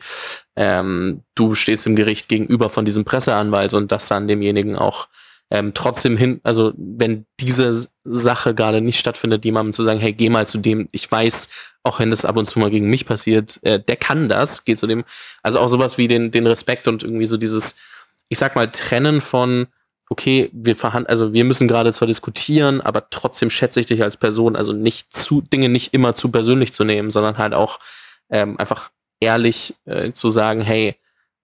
du stehst im Gericht gegenüber von diesem Presseanwalt und das dann demjenigen auch trotzdem also wenn diese Sache gerade nicht stattfindet, jemandem zu sagen, hey, geh mal zu dem, ich weiß, auch wenn das ab und zu mal gegen mich passiert, der kann das, geh zu dem, also auch sowas wie den Respekt und irgendwie so dieses, ich sag mal, Trennen von, okay, wir müssen gerade zwar diskutieren, aber trotzdem schätze ich dich als Person, also Dinge nicht immer zu persönlich zu nehmen, sondern halt auch einfach ehrlich zu sagen, hey,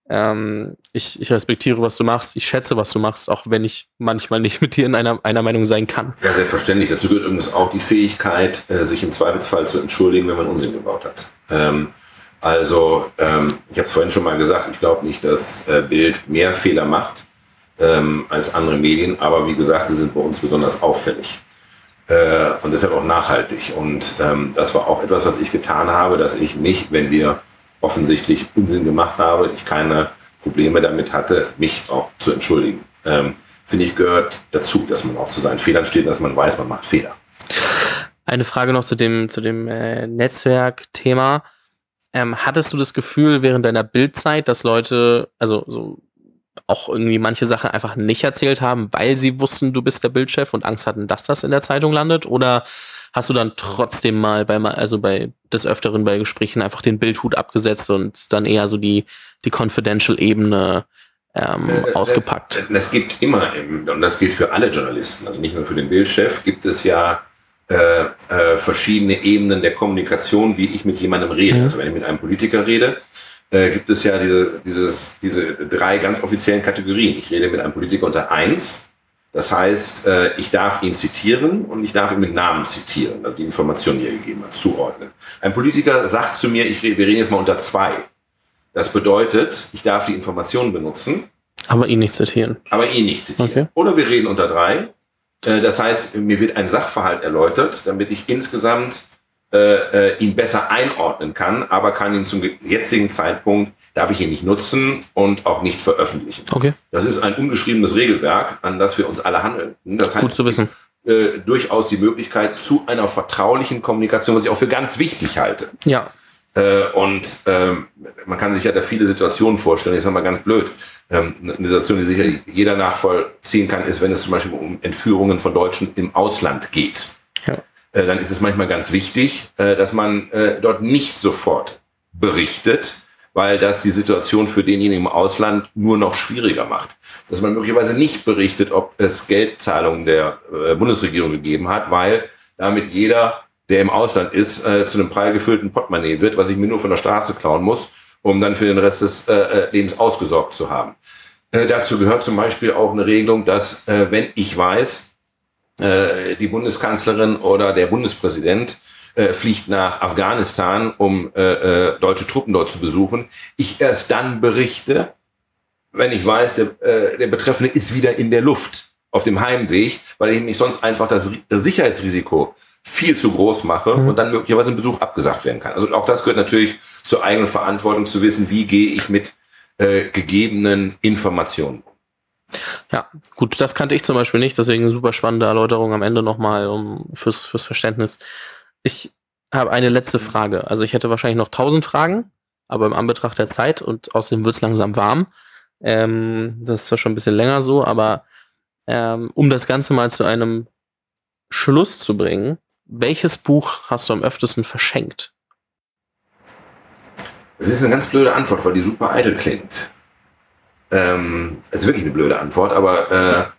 ich respektiere, was du machst, ich schätze, was du machst, auch wenn ich manchmal nicht mit dir in einer Meinung sein kann. Ja, selbstverständlich. Dazu gehört übrigens auch die Fähigkeit, sich im Zweifelsfall zu entschuldigen, wenn man Unsinn gebaut hat. Ich habe es vorhin schon mal gesagt, ich glaube nicht, dass Bild mehr Fehler macht als andere Medien, aber wie gesagt, sie sind bei uns besonders auffällig und deshalb auch nachhaltig. Und das war auch etwas, was ich getan habe, dass ich mich, wenn wir offensichtlich Unsinn gemacht habe, ich keine Probleme damit hatte, mich auch zu entschuldigen. Finde ich, gehört dazu, dass man auch zu seinen Fehlern steht, dass man weiß, man macht Fehler. Eine Frage noch zu dem Netzwerkthema. Hattest du das Gefühl während deiner Bildzeit, dass Leute, also so auch irgendwie manche Sachen einfach nicht erzählt haben, weil sie wussten, du bist der Bildchef und Angst hatten, dass das in der Zeitung landet? Oder hast du dann trotzdem mal bei des Öfteren bei Gesprächen einfach den Bildhut abgesetzt und dann eher so die Confidential-Ebene ausgepackt? Es gibt immer, und das gilt für alle Journalisten, also nicht nur für den Bildchef, gibt es ja verschiedene Ebenen der Kommunikation, wie ich mit jemandem rede. Also wenn ich mit einem Politiker rede, gibt es ja diese 3 ganz offiziellen Kategorien. Ich rede mit einem Politiker unter 1. Das heißt, ich darf ihn zitieren und ich darf ihn mit Namen zitieren, also die Informationen, die er gegeben hat, zuordnen. Ein Politiker sagt zu mir, wir reden jetzt mal unter 2. Das bedeutet, ich darf die Informationen benutzen. Aber ihn nicht zitieren. Okay. Oder wir reden unter 3. Das heißt, mir wird ein Sachverhalt erläutert, damit ich insgesamt ihn besser einordnen kann, aber kann ihn zum jetzigen Zeitpunkt, darf ich ihn nicht nutzen und auch nicht veröffentlichen. Okay. Das ist ein ungeschriebenes Regelwerk, an das wir uns alle handeln. Das heißt, gut zu wissen. Durchaus die Möglichkeit zu einer vertraulichen Kommunikation, was ich auch für ganz wichtig halte. Ja. Man kann sich ja da viele Situationen vorstellen, ich sage mal ganz blöd, eine Situation, die sicher jeder nachvollziehen kann, ist, wenn es zum Beispiel um Entführungen von Deutschen im Ausland geht. Ja. Dann ist es manchmal ganz wichtig, dass man dort nicht sofort berichtet, weil das die Situation für denjenigen im Ausland nur noch schwieriger macht. Dass man möglicherweise nicht berichtet, ob es Geldzahlungen der Bundesregierung gegeben hat, weil damit jeder, der im Ausland ist, zu einem prall gefüllten Portemonnaie wird, was ich mir nur von der Straße klauen muss, um dann für den Rest des Lebens ausgesorgt zu haben. Dazu gehört zum Beispiel auch eine Regelung, dass wenn ich weiß, die Bundeskanzlerin oder der Bundespräsident fliegt nach Afghanistan, um deutsche Truppen dort zu besuchen, ich erst dann berichte, wenn ich weiß, der Betreffende ist wieder in der Luft auf dem Heimweg, weil ich mich sonst einfach das Sicherheitsrisiko viel zu groß mache und dann möglicherweise ein Besuch abgesagt werden kann. Also auch das gehört natürlich zur eigenen Verantwortung, zu wissen, wie gehe ich mit gegebenen Informationen um. Ja, gut, das kannte ich zum Beispiel nicht, deswegen eine super spannende Erläuterung am Ende nochmal fürs Verständnis. Ich habe eine letzte Frage. Also ich hätte wahrscheinlich noch 1000 Fragen, aber im Anbetracht der Zeit und außerdem wird es langsam warm. Das ist zwar schon ein bisschen länger so, aber um das Ganze mal zu einem Schluss zu bringen, welches Buch hast du am öftesten verschenkt? Das ist eine ganz blöde Antwort, weil die super eitel klingt. Es ist wirklich eine blöde Antwort, aber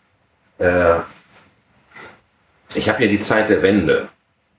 ich habe ja die Zeit der Wende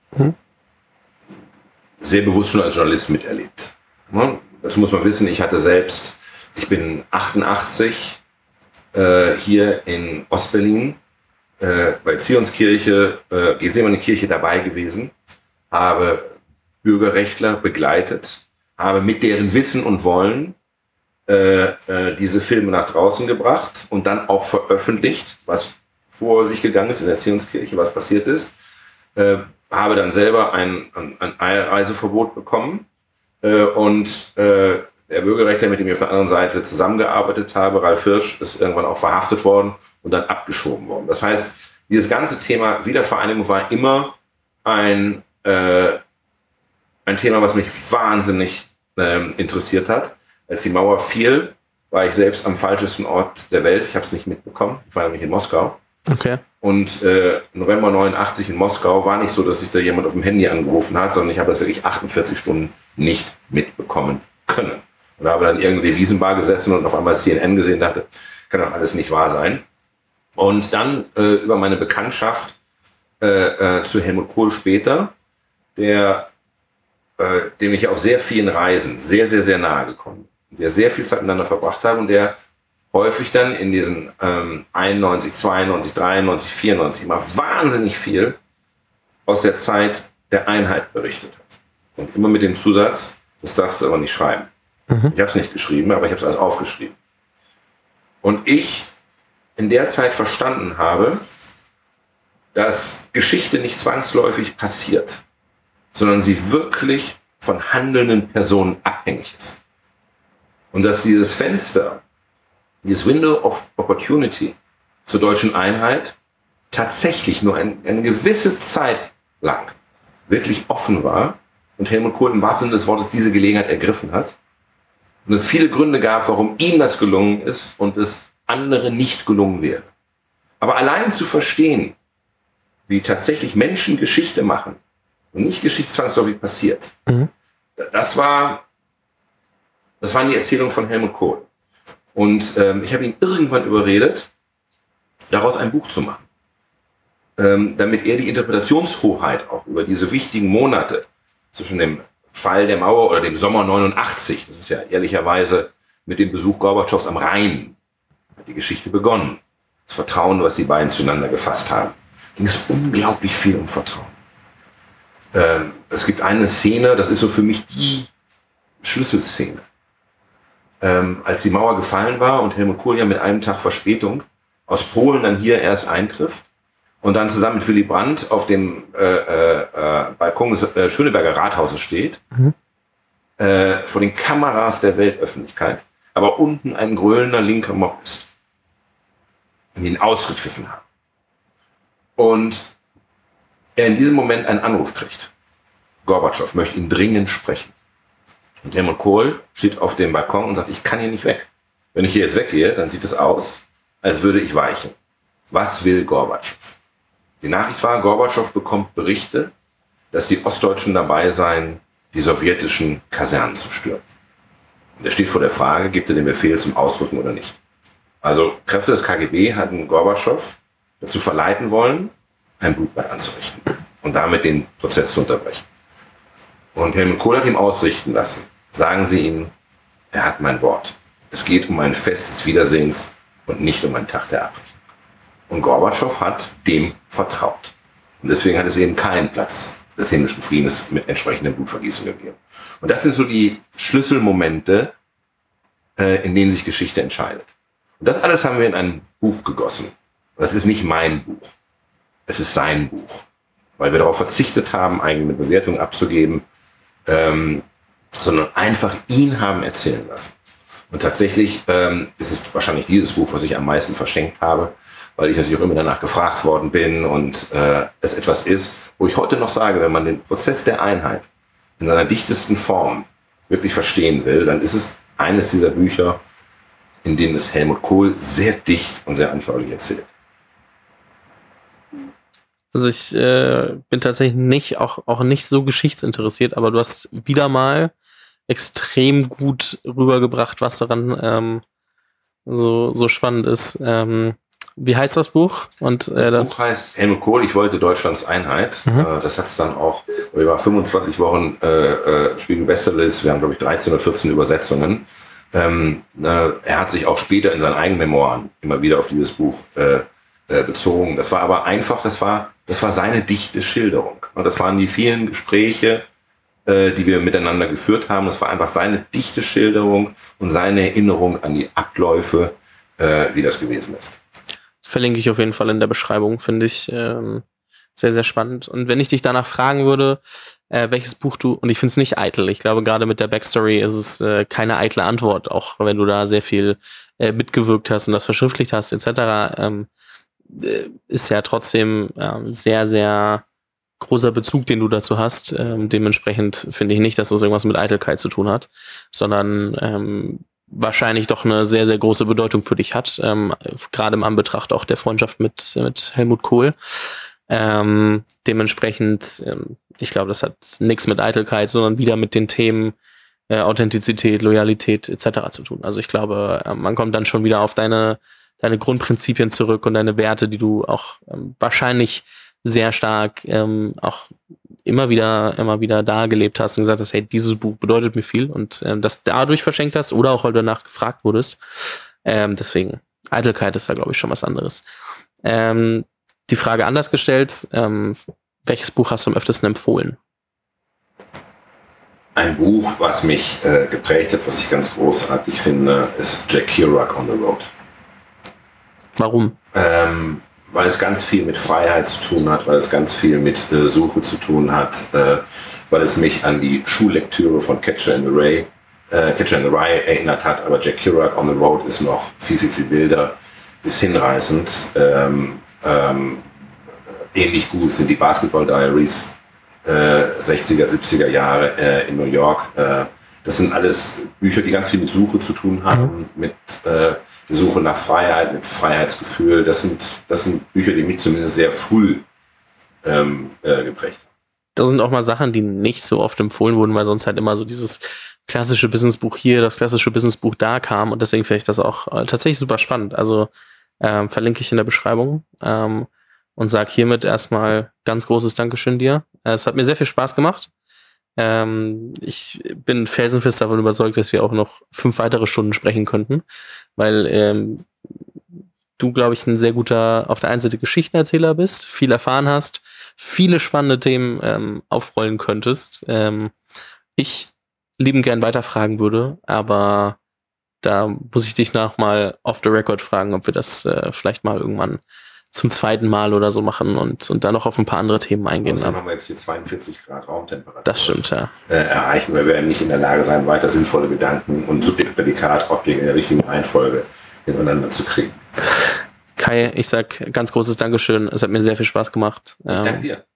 sehr bewusst schon als Journalist miterlebt. Dazu muss man wissen, ich bin 88 hier in Ostberlin bei Zionskirche, Gethsemane-Kirche dabei gewesen, habe Bürgerrechtler begleitet, habe mit deren Wissen und Wollen diese Filme nach draußen gebracht und dann auch veröffentlicht, was vor sich gegangen ist in der Zionskirche, was passiert ist. Habe dann selber ein Einreiseverbot bekommen. Und der Bürgerrechtler, mit dem ich auf der anderen Seite zusammengearbeitet habe, Ralf Hirsch, ist irgendwann auch verhaftet worden und dann abgeschoben worden. Das heißt, dieses ganze Thema Wiedervereinigung war immer ein Thema, was mich wahnsinnig interessiert hat. Als die Mauer fiel, war ich selbst am falschesten Ort der Welt. Ich habe es nicht mitbekommen. Ich war nämlich in Moskau. Okay. Und November 89 in Moskau war nicht so, dass sich da jemand auf dem Handy angerufen hat, sondern ich habe das wirklich 48 Stunden nicht mitbekommen können. Und habe dann irgendwie Wiesenbar gesessen und auf einmal CNN gesehen und dachte, kann doch alles nicht wahr sein. Und dann über meine Bekanntschaft zu Helmut Kohl später, dem ich auf sehr vielen Reisen sehr, sehr, sehr nahe gekommen bin. Wir sehr viel Zeit miteinander verbracht haben und der häufig dann in diesen 91, 92, 93, 94 immer wahnsinnig viel aus der Zeit der Einheit berichtet hat. Und immer mit dem Zusatz, das darfst du aber nicht schreiben. Mhm. Ich habe es nicht geschrieben, aber ich habe es alles aufgeschrieben. Und ich in der Zeit verstanden habe, dass Geschichte nicht zwangsläufig passiert, sondern sie wirklich von handelnden Personen abhängig ist. Und dass dieses Fenster, dieses Window of Opportunity zur deutschen Einheit tatsächlich nur eine gewisse Zeit lang wirklich offen war und Helmut Kohl im wahrsten Sinne des Wortes diese Gelegenheit ergriffen hat. Und es viele Gründe gab, warum ihm das gelungen ist und es andere nicht gelungen wäre. Aber allein zu verstehen, wie tatsächlich Menschen Geschichte machen und nicht Geschichte zwangsläufig passiert, das waren die Erzählungen von Helmut Kohl. Und ich habe ihn irgendwann überredet, daraus ein Buch zu machen. Damit er die Interpretationshoheit auch über diese wichtigen Monate zwischen dem Fall der Mauer oder dem Sommer 89, das ist ja ehrlicherweise mit dem Besuch Gorbatschows am Rhein, hat die Geschichte begonnen. Das Vertrauen, was die beiden zueinander gefasst haben. Ging es unglaublich viel um Vertrauen. Es gibt eine Szene, das ist so für mich die Schlüsselszene. Als die Mauer gefallen war und Helmut Kohl ja mit einem Tag Verspätung aus Polen dann hier erst eintrifft und dann zusammen mit Willy Brandt auf dem Balkon des Schöneberger Rathauses steht, vor den Kameras der Weltöffentlichkeit, aber unten ein grölender linker Mob ist, und ihn ausgepfiffen haben. Und er in diesem Moment einen Anruf kriegt. Gorbatschow möchte ihn dringend sprechen. Und Helmut Kohl steht auf dem Balkon und sagt, ich kann hier nicht weg. Wenn ich hier jetzt weggehe, dann sieht es aus, als würde ich weichen. Was will Gorbatschow? Die Nachricht war, Gorbatschow bekommt Berichte, dass die Ostdeutschen dabei seien, die sowjetischen Kasernen zu stürmen. Und er steht vor der Frage, gibt er den Befehl zum Ausrücken oder nicht? Also Kräfte des KGB hatten Gorbatschow dazu verleiten wollen, ein Blutbad anzurichten und damit den Prozess zu unterbrechen. Und Helmut Kohl hat ihm ausrichten lassen, sagen Sie ihm, er hat mein Wort. Es geht um ein Fest des Wiedersehens und nicht um einen Tag der Abrechnung. Und Gorbatschow hat dem vertraut. Und deswegen hat es eben keinen Platz des himmlischen Friedens mit entsprechendem Blutvergießen gegeben. Und das sind so die Schlüsselmomente, in denen sich Geschichte entscheidet. Und das alles haben wir in ein Buch gegossen. Und das ist nicht mein Buch. Es ist sein Buch. Weil wir darauf verzichtet haben, eigene Bewertungen abzugeben, sondern einfach ihn haben erzählen lassen. Und tatsächlich ist es wahrscheinlich dieses Buch, was ich am meisten verschenkt habe, weil ich natürlich auch immer danach gefragt worden bin und es etwas ist, wo ich heute noch sage, wenn man den Prozess der Einheit in seiner dichtesten Form wirklich verstehen will, dann ist es eines dieser Bücher, in denen es Helmut Kohl sehr dicht und sehr anschaulich erzählt. Also ich bin tatsächlich auch nicht so geschichtsinteressiert, aber du hast wieder mal extrem gut rübergebracht, was daran so spannend ist. Wie heißt das Buch? Und, das Buch heißt Helmut Kohl, ich wollte Deutschlands Einheit. Das hat es dann auch, wir waren 25 Wochen Spiegel Bestsellerlist, wir haben glaube ich 13 oder 14 Übersetzungen. Er hat sich auch später in seinen eigenen Memoiren immer wieder auf dieses Buch bezogen. Das war aber einfach, das war seine dichte Schilderung. Und das waren die vielen Gespräche, die wir miteinander geführt haben. Das war einfach seine dichte Schilderung und seine Erinnerung an die Abläufe, wie das gewesen ist. verlinke ich auf jeden Fall in der Beschreibung, finde ich sehr, sehr spannend. Und wenn ich dich danach fragen würde, welches Buch und ich finde es nicht eitel, ich glaube gerade mit der Backstory ist es keine eitle Antwort, auch wenn du da sehr viel mitgewirkt hast und das verschriftlicht hast etc., ist ja trotzdem sehr, sehr großer Bezug, den du dazu hast. Dementsprechend finde ich nicht, dass das irgendwas mit Eitelkeit zu tun hat, sondern wahrscheinlich doch eine sehr, sehr große Bedeutung für dich hat, gerade im Anbetracht auch der Freundschaft mit Helmut Kohl. Dementsprechend, ich glaube, das hat nichts mit Eitelkeit, sondern wieder mit den Themen Authentizität, Loyalität etc. zu tun. Also ich glaube, man kommt dann schon wieder auf deine Grundprinzipien zurück und deine Werte, die du auch wahrscheinlich sehr stark auch immer wieder da gelebt hast und gesagt hast, hey, dieses Buch bedeutet mir viel und das dadurch verschenkt hast oder auch, weil du danach gefragt wurdest. Deswegen, Eitelkeit ist da, glaube ich, schon was anderes. Die Frage anders gestellt, welches Buch hast du am öftesten empfohlen? Ein Buch, was mich geprägt hat, was ich ganz großartig finde, ist Jack Kerouac on the Road. Warum? Weil es ganz viel mit Freiheit zu tun hat, weil es ganz viel mit Suche zu tun hat, weil es mich an die Schullektüre von Catcher in the Rye erinnert hat, aber Jack Kerouac on the Road ist noch viel, viel, viel wilder, ist hinreißend. Ähnlich gut sind die Basketball Diaries 60er, 70er Jahre in New York. Das sind alles Bücher, die ganz viel mit Suche zu tun haben, mit der Suche nach Freiheit, mit Freiheitsgefühl. Das sind Bücher, die mich zumindest sehr früh geprägt haben. Das sind auch mal Sachen, die nicht so oft empfohlen wurden, weil sonst halt immer so dieses klassische Businessbuch hier, das klassische Businessbuch da kam und deswegen finde ich das auch tatsächlich super spannend. Also verlinke ich in der Beschreibung und sage hiermit erstmal ganz großes Dankeschön dir. Es hat mir sehr viel Spaß gemacht. Ich bin felsenfest davon überzeugt, dass wir auch noch 5 weitere Stunden sprechen könnten, weil du, glaube ich, ein sehr guter, auf der einen Seite Geschichtenerzähler bist, viel erfahren hast, viele spannende Themen aufrollen könntest. Ich liebend gern weiterfragen würde, aber da muss ich dich mal off the record fragen, ob wir das vielleicht mal irgendwann zum 2. Mal oder so machen und dann noch auf ein paar andere Themen eingehen. Dann haben wir jetzt hier 42 Grad Raumtemperatur. Das stimmt, ja. Erreichen. Wir werden nicht in der Lage sein, weiter sinnvolle Gedanken und Subjekt, Prädikat, Objekt in der richtigen Reihenfolge hintereinander zu kriegen. Kai, ich sag ganz großes Dankeschön. Es hat mir sehr viel Spaß gemacht. Danke dir.